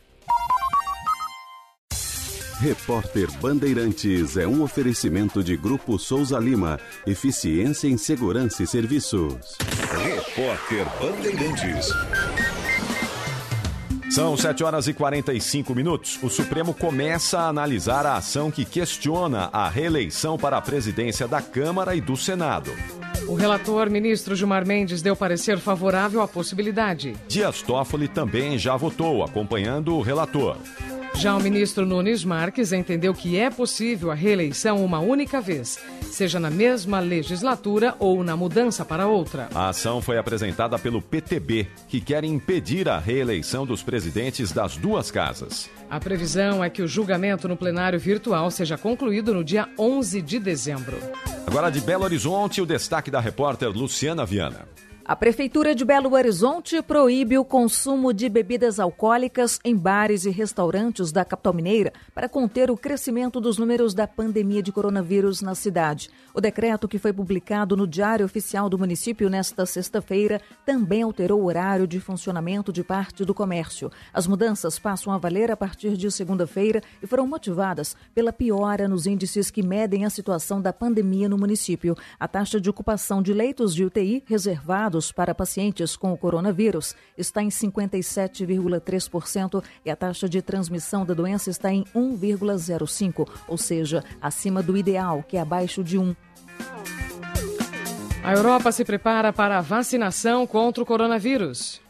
Repórter Bandeirantes é um oferecimento de Grupo Souza Lima. Eficiência em Segurança e Serviços. Repórter Bandeirantes. São sete horas e quarenta e cinco minutos. O Supremo começa a analisar a ação que questiona a reeleição para a presidência da Câmara e do Senado. O relator, ministro Gilmar Mendes, deu parecer favorável à possibilidade. Dias Toffoli também já votou, acompanhando o relator. Já o ministro Nunes Marques entendeu que é possível a reeleição uma única vez, seja na mesma legislatura ou na mudança para outra. A ação foi apresentada pelo P T B, que quer impedir a reeleição dos presidentes das duas casas. A previsão é que o julgamento no plenário virtual seja concluído no dia onze de dezembro. Agora de Belo Horizonte, o destaque da repórter Luciana Viana. A Prefeitura de Belo Horizonte proíbe o consumo de bebidas alcoólicas em bares e restaurantes da capital mineira para conter o crescimento dos números da pandemia de coronavírus na cidade. O decreto, que foi publicado no Diário Oficial do município nesta sexta-feira, também alterou o horário de funcionamento de parte do comércio. As mudanças passam a valer a partir de segunda-feira e foram motivadas pela piora nos índices que medem a situação da pandemia no município. A taxa de ocupação de leitos de U T I reservados para pacientes com o coronavírus está em cinquenta e sete vírgula três por cento e a taxa de transmissão da doença está em um vírgula zero cinco por cento, ou seja, acima do ideal, que é abaixo de um. A Europa se prepara para a vacinação contra o coronavírus.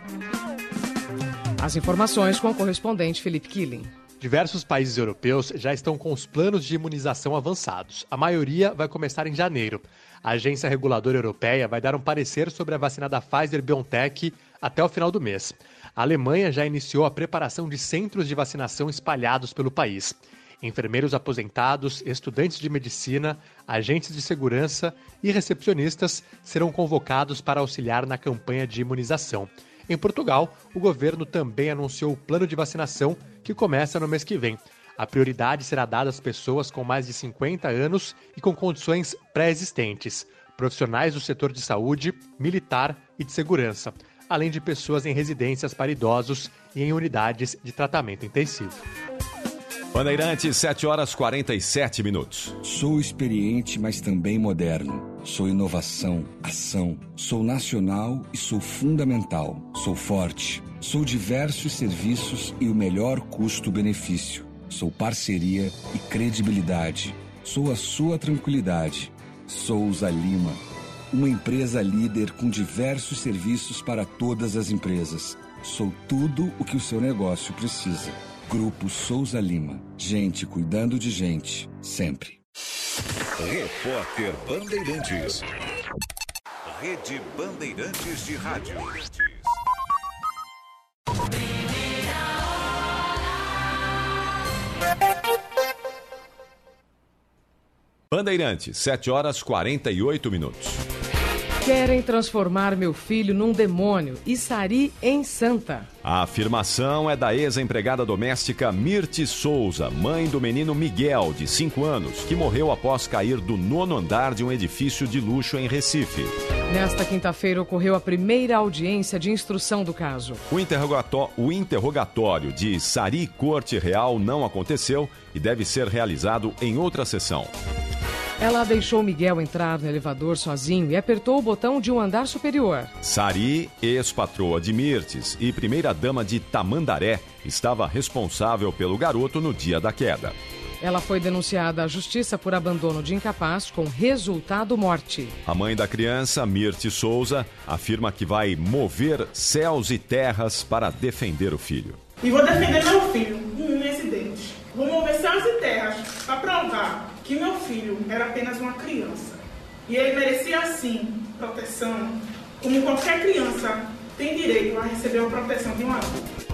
As informações com o correspondente Felipe Killing. Diversos países europeus já estão com os planos de imunização avançados. A maioria vai começar em janeiro. A Agência Reguladora Europeia vai dar um parecer sobre a vacina da Pfizer-BioNTech até o final do mês. A Alemanha já iniciou a preparação de centros de vacinação espalhados pelo país. Enfermeiros aposentados, estudantes de medicina, agentes de segurança e recepcionistas serão convocados para auxiliar na campanha de imunização. Em Portugal, o governo também anunciou o plano de vacinação que começa no mês que vem. A prioridade será dada às pessoas com mais de cinquenta anos e com condições pré-existentes, profissionais do setor de saúde, militar e de segurança, além de pessoas em residências para idosos e em unidades de tratamento intensivo. Bandeirantes, sete horas e quarenta e sete minutos. Sou experiente, mas também moderno. Sou inovação, ação. Sou nacional e sou fundamental. Sou forte. Sou diversos serviços e o melhor custo-benefício. Sou parceria e credibilidade. Sou a sua tranquilidade. Souza Lima, uma empresa líder com diversos serviços para todas as empresas. Sou tudo o que o seu negócio precisa. Grupo Souza Lima. Gente cuidando de gente, sempre. Repórter Bandeirantes. Rede Bandeirantes de Rádio. Bandeirantes, sete horas e quarenta e oito minutos. Querem transformar meu filho num demônio e Sari em santa. A afirmação é da ex-empregada doméstica Mirti Souza, mãe do menino Miguel, de cinco anos, que morreu após cair do nono andar de um edifício de luxo em Recife. Nesta quinta-feira ocorreu a primeira audiência de instrução do caso. O, interrogató- o interrogatório de Sari Corte Real não aconteceu e deve ser realizado em outra sessão. Ela deixou Miguel entrar no elevador sozinho e apertou o botão de um andar superior. Sari, ex-patroa de Mirtes e primeira-dama de Tamandaré, estava responsável pelo garoto no dia da queda. Ela foi denunciada à justiça por abandono de incapaz com resultado morte. A mãe da criança, Mirti Souza, afirma que vai mover céus e terras para defender o filho. E vou defender meu filho nesse dente. Vou mover céus e terras para provar que meu filho era apenas uma criança. E ele merecia, sim, proteção, como qualquer criança tem direito a receber a proteção de um adulto.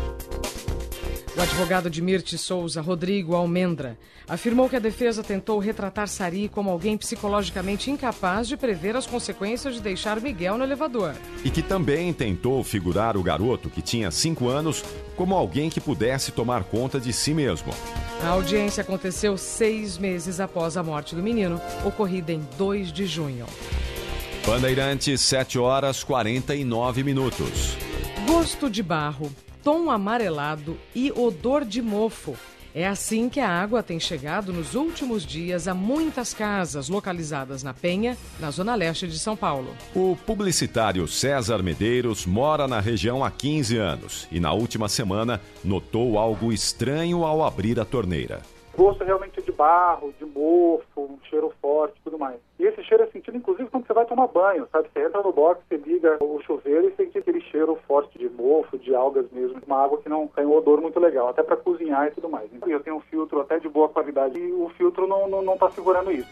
O advogado de Mirti Souza, Rodrigo Almendra, afirmou que a defesa tentou retratar Sari como alguém psicologicamente incapaz de prever as consequências de deixar Miguel no elevador. E que também tentou figurar o garoto, que tinha cinco anos, como alguém que pudesse tomar conta de si mesmo. A audiência aconteceu seis meses após a morte do menino, ocorrida em dois de junho. Bandeirantes, sete horas e quarenta e nove minutos. Gosto de barro, tom amarelado e odor de mofo. É assim que a água tem chegado nos últimos dias a muitas casas localizadas na Penha, na zona leste de São Paulo. O publicitário César Medeiros mora na região há quinze anos e na última semana notou algo estranho ao abrir a torneira. Gosto realmente de barro, de mofo, um cheiro forte e tudo mais. E esse cheiro é sentido, inclusive, quando você vai tomar banho, sabe? Você entra no box, você liga o chuveiro e sente aquele cheiro forte de mofo, de algas mesmo. Uma água que não tem um odor muito legal, até para cozinhar e tudo mais. Eu tenho um filtro até de boa qualidade e o filtro não não, não tá segurando isso.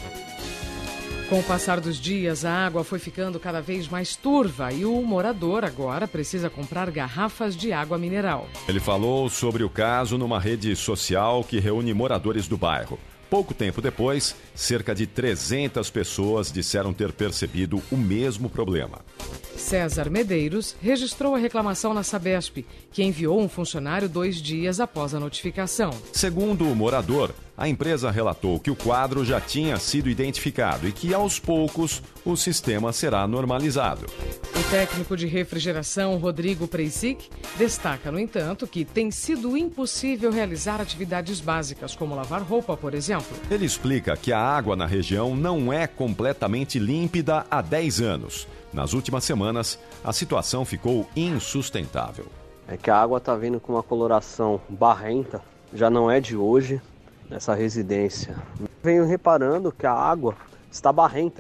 Com o passar dos dias, a água foi ficando cada vez mais turva e o morador agora precisa comprar garrafas de água mineral. Ele falou sobre o caso numa rede social que reúne moradores do bairro. Pouco tempo depois, cerca de trezentas pessoas disseram ter percebido o mesmo problema. César Medeiros registrou a reclamação na Sabesp, que enviou um funcionário dois dias após a notificação. Segundo o morador, a empresa relatou que o quadro já tinha sido identificado e que, aos poucos, o sistema será normalizado. O técnico de refrigeração, Rodrigo Preisic, destaca, no entanto, que tem sido impossível realizar atividades básicas, como lavar roupa, por exemplo. Ele explica que a água na região não é completamente límpida há dez anos. Nas últimas semanas, a situação ficou insustentável. É que a água está vindo com uma coloração barrenta, já não é de hoje, nessa residência. Venho reparando que a água está barrenta.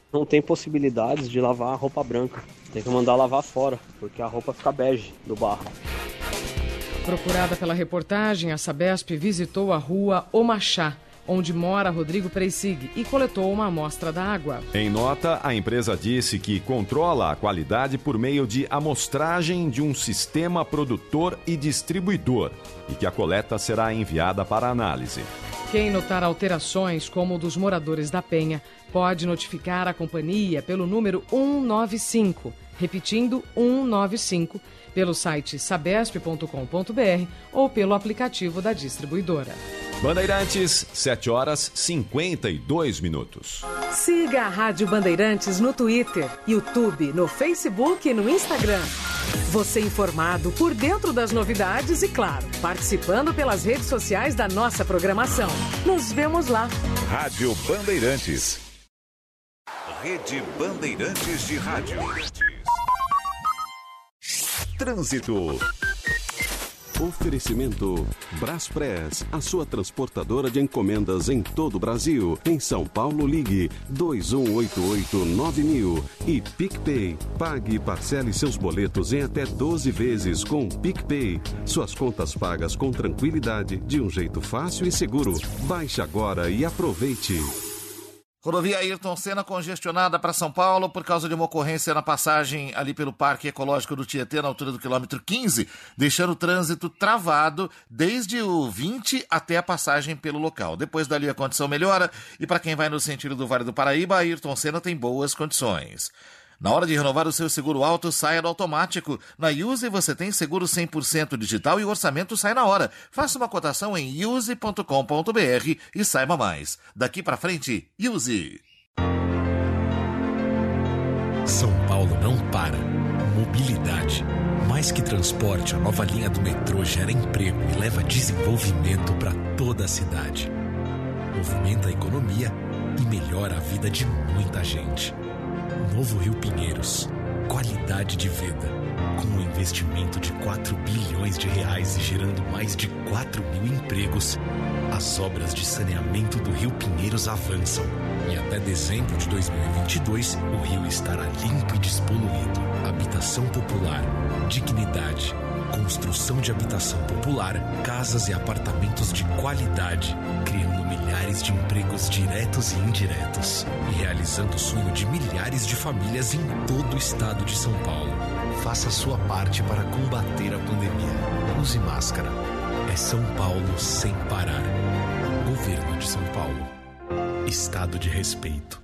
Não tem possibilidades de lavar a roupa branca. Tem que mandar lavar fora, porque a roupa fica bege do barro. Procurada pela reportagem, a Sabesp visitou a rua Omachá, onde mora Rodrigo Preissig, e coletou uma amostra da água. Em nota, a empresa disse que controla a qualidade por meio de amostragem de um sistema produtor e distribuidor e que a coleta será enviada para análise. Quem notar alterações, como o dos moradores da Penha, pode notificar a companhia pelo número cento e noventa e cinco, repetindo cento e noventa e cinco, pelo site sabesp ponto com ponto br ou pelo aplicativo da distribuidora. Bandeirantes, sete horas e cinquenta e dois minutos. Siga a Rádio Bandeirantes no Twitter, YouTube, no Facebook e no Instagram. Você informado por dentro das novidades e, claro, participando pelas redes sociais da nossa programação. Nos vemos lá. Rádio Bandeirantes. Rede Bandeirantes de Rádio. Trânsito. Oferecimento Braspress, a sua transportadora de encomendas em todo o Brasil. Em São Paulo, ligue dois um oito oito nove mil. E PicPay, pague e parcele seus boletos em até doze vezes com o PicPay. Suas contas pagas com tranquilidade, de um jeito fácil e seguro. Baixe agora e aproveite. Rodovia Ayrton Senna congestionada para São Paulo por causa de uma ocorrência na passagem ali pelo Parque Ecológico do Tietê, na altura do quilômetro quinze, deixando o trânsito travado desde o vinte até a passagem pelo local. Depois dali a condição melhora e para quem vai no sentido do Vale do Paraíba, Ayrton Senna tem boas condições. Na hora de renovar o seu seguro auto, saia do automático. Na Use você tem seguro cem por cento digital e o orçamento sai na hora. Faça uma cotação em use ponto com ponto br e saiba mais. Daqui pra frente, Use. São Paulo não para. Mobilidade. Mais que transporte, a nova linha do metrô gera emprego e leva desenvolvimento para toda a cidade. Movimenta a economia e melhora a vida de muita gente. Novo Rio Pinheiros, qualidade de vida, com um investimento de quatro bilhões de reais e gerando mais de quatro mil empregos, as obras de saneamento do Rio Pinheiros avançam e até dezembro de dois mil e vinte e dois o rio estará limpo e despoluído. Habitação popular, dignidade, construção de habitação popular, casas e apartamentos de qualidade, criando milhares de empregos diretos e indiretos e realizando o sonho de milhares de famílias em todo o estado de São Paulo. Faça a sua parte para combater a pandemia. Use máscara. É São Paulo sem parar. Governo de São Paulo. Estado de respeito.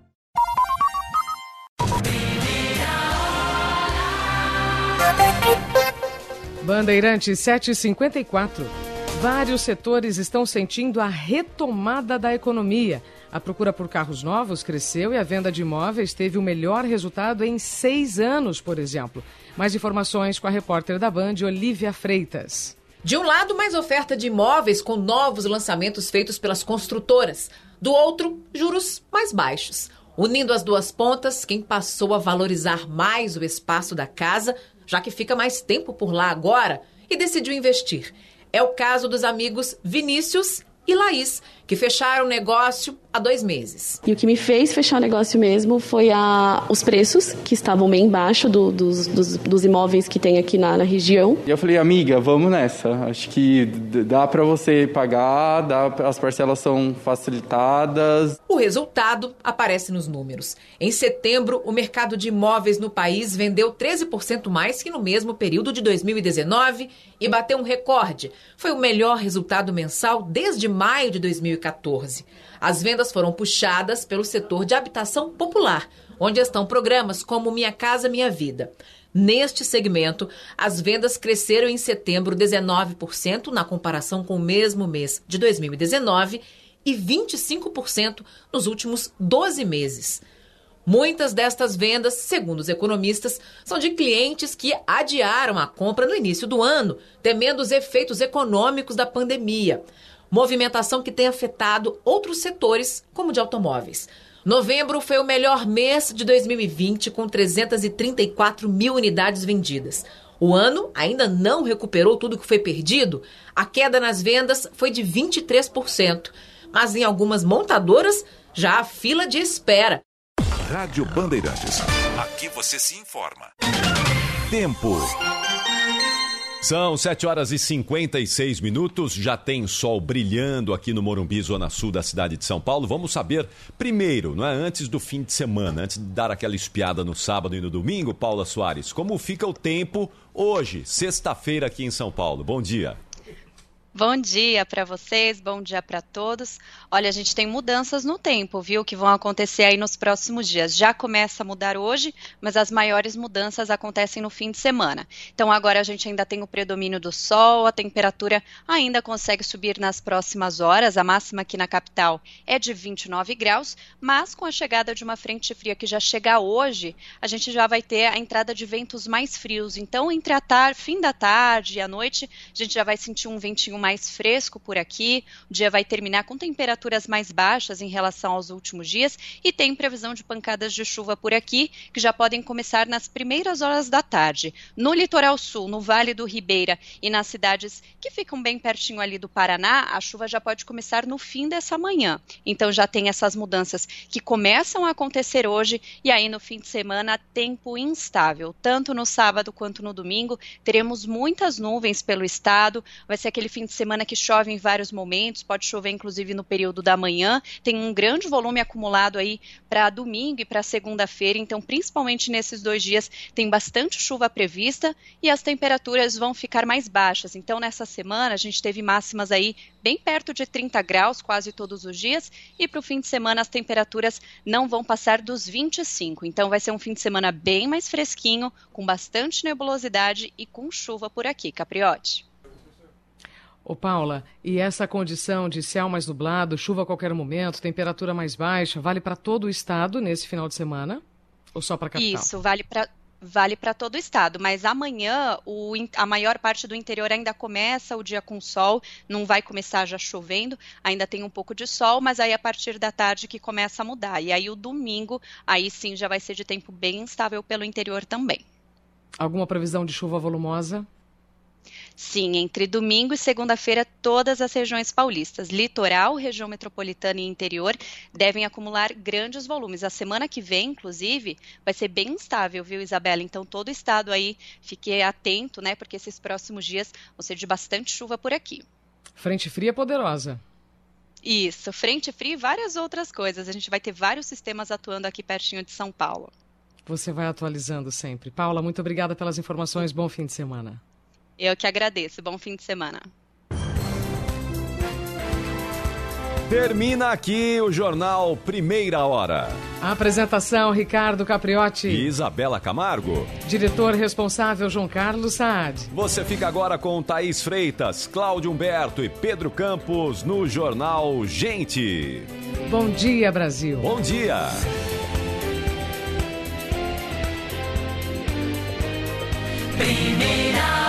Bandeirantes sete e cinquenta e quatro. Vários setores estão sentindo a retomada da economia. A procura por carros novos cresceu e a venda de imóveis teve o melhor resultado em seis anos, por exemplo. Mais informações com a repórter da Band, Olívia Freitas. De um lado, mais oferta de imóveis com novos lançamentos feitos pelas construtoras. Do outro, juros mais baixos. Unindo as duas pontas, quem passou a valorizar mais o espaço da casa, já que fica mais tempo por lá agora, e decidiu investir. É o caso dos amigos Vinícius e Laís, que fecharam o negócio há dois meses. E o que me fez fechar o negócio mesmo foi a, os preços, que estavam bem embaixo do, dos, dos, dos imóveis que tem aqui na, na região. E eu falei, amiga, vamos nessa. Acho que dá para você pagar, dá, as parcelas são facilitadas. O resultado aparece nos números. Em setembro, o mercado de imóveis no país vendeu treze por cento mais que no mesmo período de dois mil e dezenove e bateu um recorde. Foi o melhor resultado mensal desde maio de dois mil e quatorze. As vendas foram puxadas pelo setor de habitação popular, onde estão programas como Minha Casa Minha Vida. Neste segmento, as vendas cresceram em setembro dezenove por cento na comparação com o mesmo mês de dois mil e dezenove e vinte e cinco por cento nos últimos doze meses. Muitas destas vendas, segundo os economistas, são de clientes que adiaram a compra no início do ano, temendo os efeitos econômicos da pandemia. Movimentação que tem afetado outros setores, como o de automóveis. Novembro foi o melhor mês de dois mil e vinte, com trezentas e trinta e quatro mil unidades vendidas. O ano ainda não recuperou tudo que foi perdido. A queda nas vendas foi de vinte e três por cento. Mas em algumas montadoras, já há fila de espera. Rádio Bandeirantes. Aqui você se informa. Tempo. São sete horas e cinquenta e seis minutos, já tem sol brilhando aqui no Morumbi, zona sul da cidade de São Paulo. Vamos saber primeiro, não é, antes do fim de semana, antes de dar aquela espiada no sábado e no domingo, Paula Soares, como fica o tempo hoje, sexta-feira aqui em São Paulo. Bom dia. Bom dia para vocês, bom dia para todos. Olha, a gente tem mudanças no tempo, viu, que vão acontecer aí nos próximos dias. Já começa a mudar hoje, mas as maiores mudanças acontecem no fim de semana. Então agora a gente ainda tem o predomínio do sol, a temperatura ainda consegue subir nas próximas horas. A máxima aqui na capital é de vinte e nove graus, mas com a chegada de uma frente fria que já chega hoje, a gente já vai ter a entrada de ventos mais frios. Então entre a tarde, fim da tarde e a noite, a gente já vai sentir um ventinho mais fresco por aqui, o dia vai terminar com temperaturas mais baixas em relação aos últimos dias e tem previsão de pancadas de chuva por aqui, que já podem começar nas primeiras horas da tarde. No litoral sul, no Vale do Ribeira e nas cidades que ficam bem pertinho ali do Paraná, a chuva já pode começar no fim dessa manhã. Então já tem essas mudanças que começam a acontecer hoje e aí no fim de semana tempo instável. Tanto no sábado quanto no domingo teremos muitas nuvens pelo estado, vai ser aquele fim de semana que chove em vários momentos, pode chover inclusive no período da manhã, tem um grande volume acumulado aí para domingo e para segunda-feira, então principalmente nesses dois dias tem bastante chuva prevista e as temperaturas vão ficar mais baixas, então nessa semana a gente teve máximas aí bem perto de trinta graus quase todos os dias e para o fim de semana as temperaturas não vão passar dos vinte e cinco, então vai ser um fim de semana bem mais fresquinho, com bastante nebulosidade e com chuva por aqui, Capriotti. Ô Paula, e essa condição de céu mais nublado, chuva a qualquer momento, temperatura mais baixa, vale para todo o estado nesse final de semana? Ou só para a capital? Isso, vale para vale para todo o estado, mas amanhã o, a maior parte do interior ainda começa o dia com sol, não vai começar já chovendo, ainda tem um pouco de sol, mas aí a partir da tarde que começa a mudar. E aí o domingo, aí sim já vai ser de tempo bem instável pelo interior também. Alguma previsão de chuva volumosa? Sim, entre domingo e segunda-feira, todas as regiões paulistas, litoral, região metropolitana e interior, devem acumular grandes volumes. A semana que vem, inclusive, vai ser bem instável, viu, Isabela? Então, todo o estado aí, fique atento, né, porque esses próximos dias vão ser de bastante chuva por aqui. Frente fria poderosa. Isso, frente fria e várias outras coisas. A gente vai ter vários sistemas atuando aqui pertinho de São Paulo. Você vai atualizando sempre. Paula, muito obrigada pelas informações. Bom fim de semana. Eu que agradeço. Bom fim de semana. Termina aqui o Jornal Primeira Hora. A apresentação, Ricardo Capriotti. E Isabela Camargo. Diretor responsável, João Carlos Saad. Você fica agora com Thaís Freitas, Cláudio Humberto e Pedro Campos no Jornal Gente. Bom dia, Brasil. Bom dia. Primeira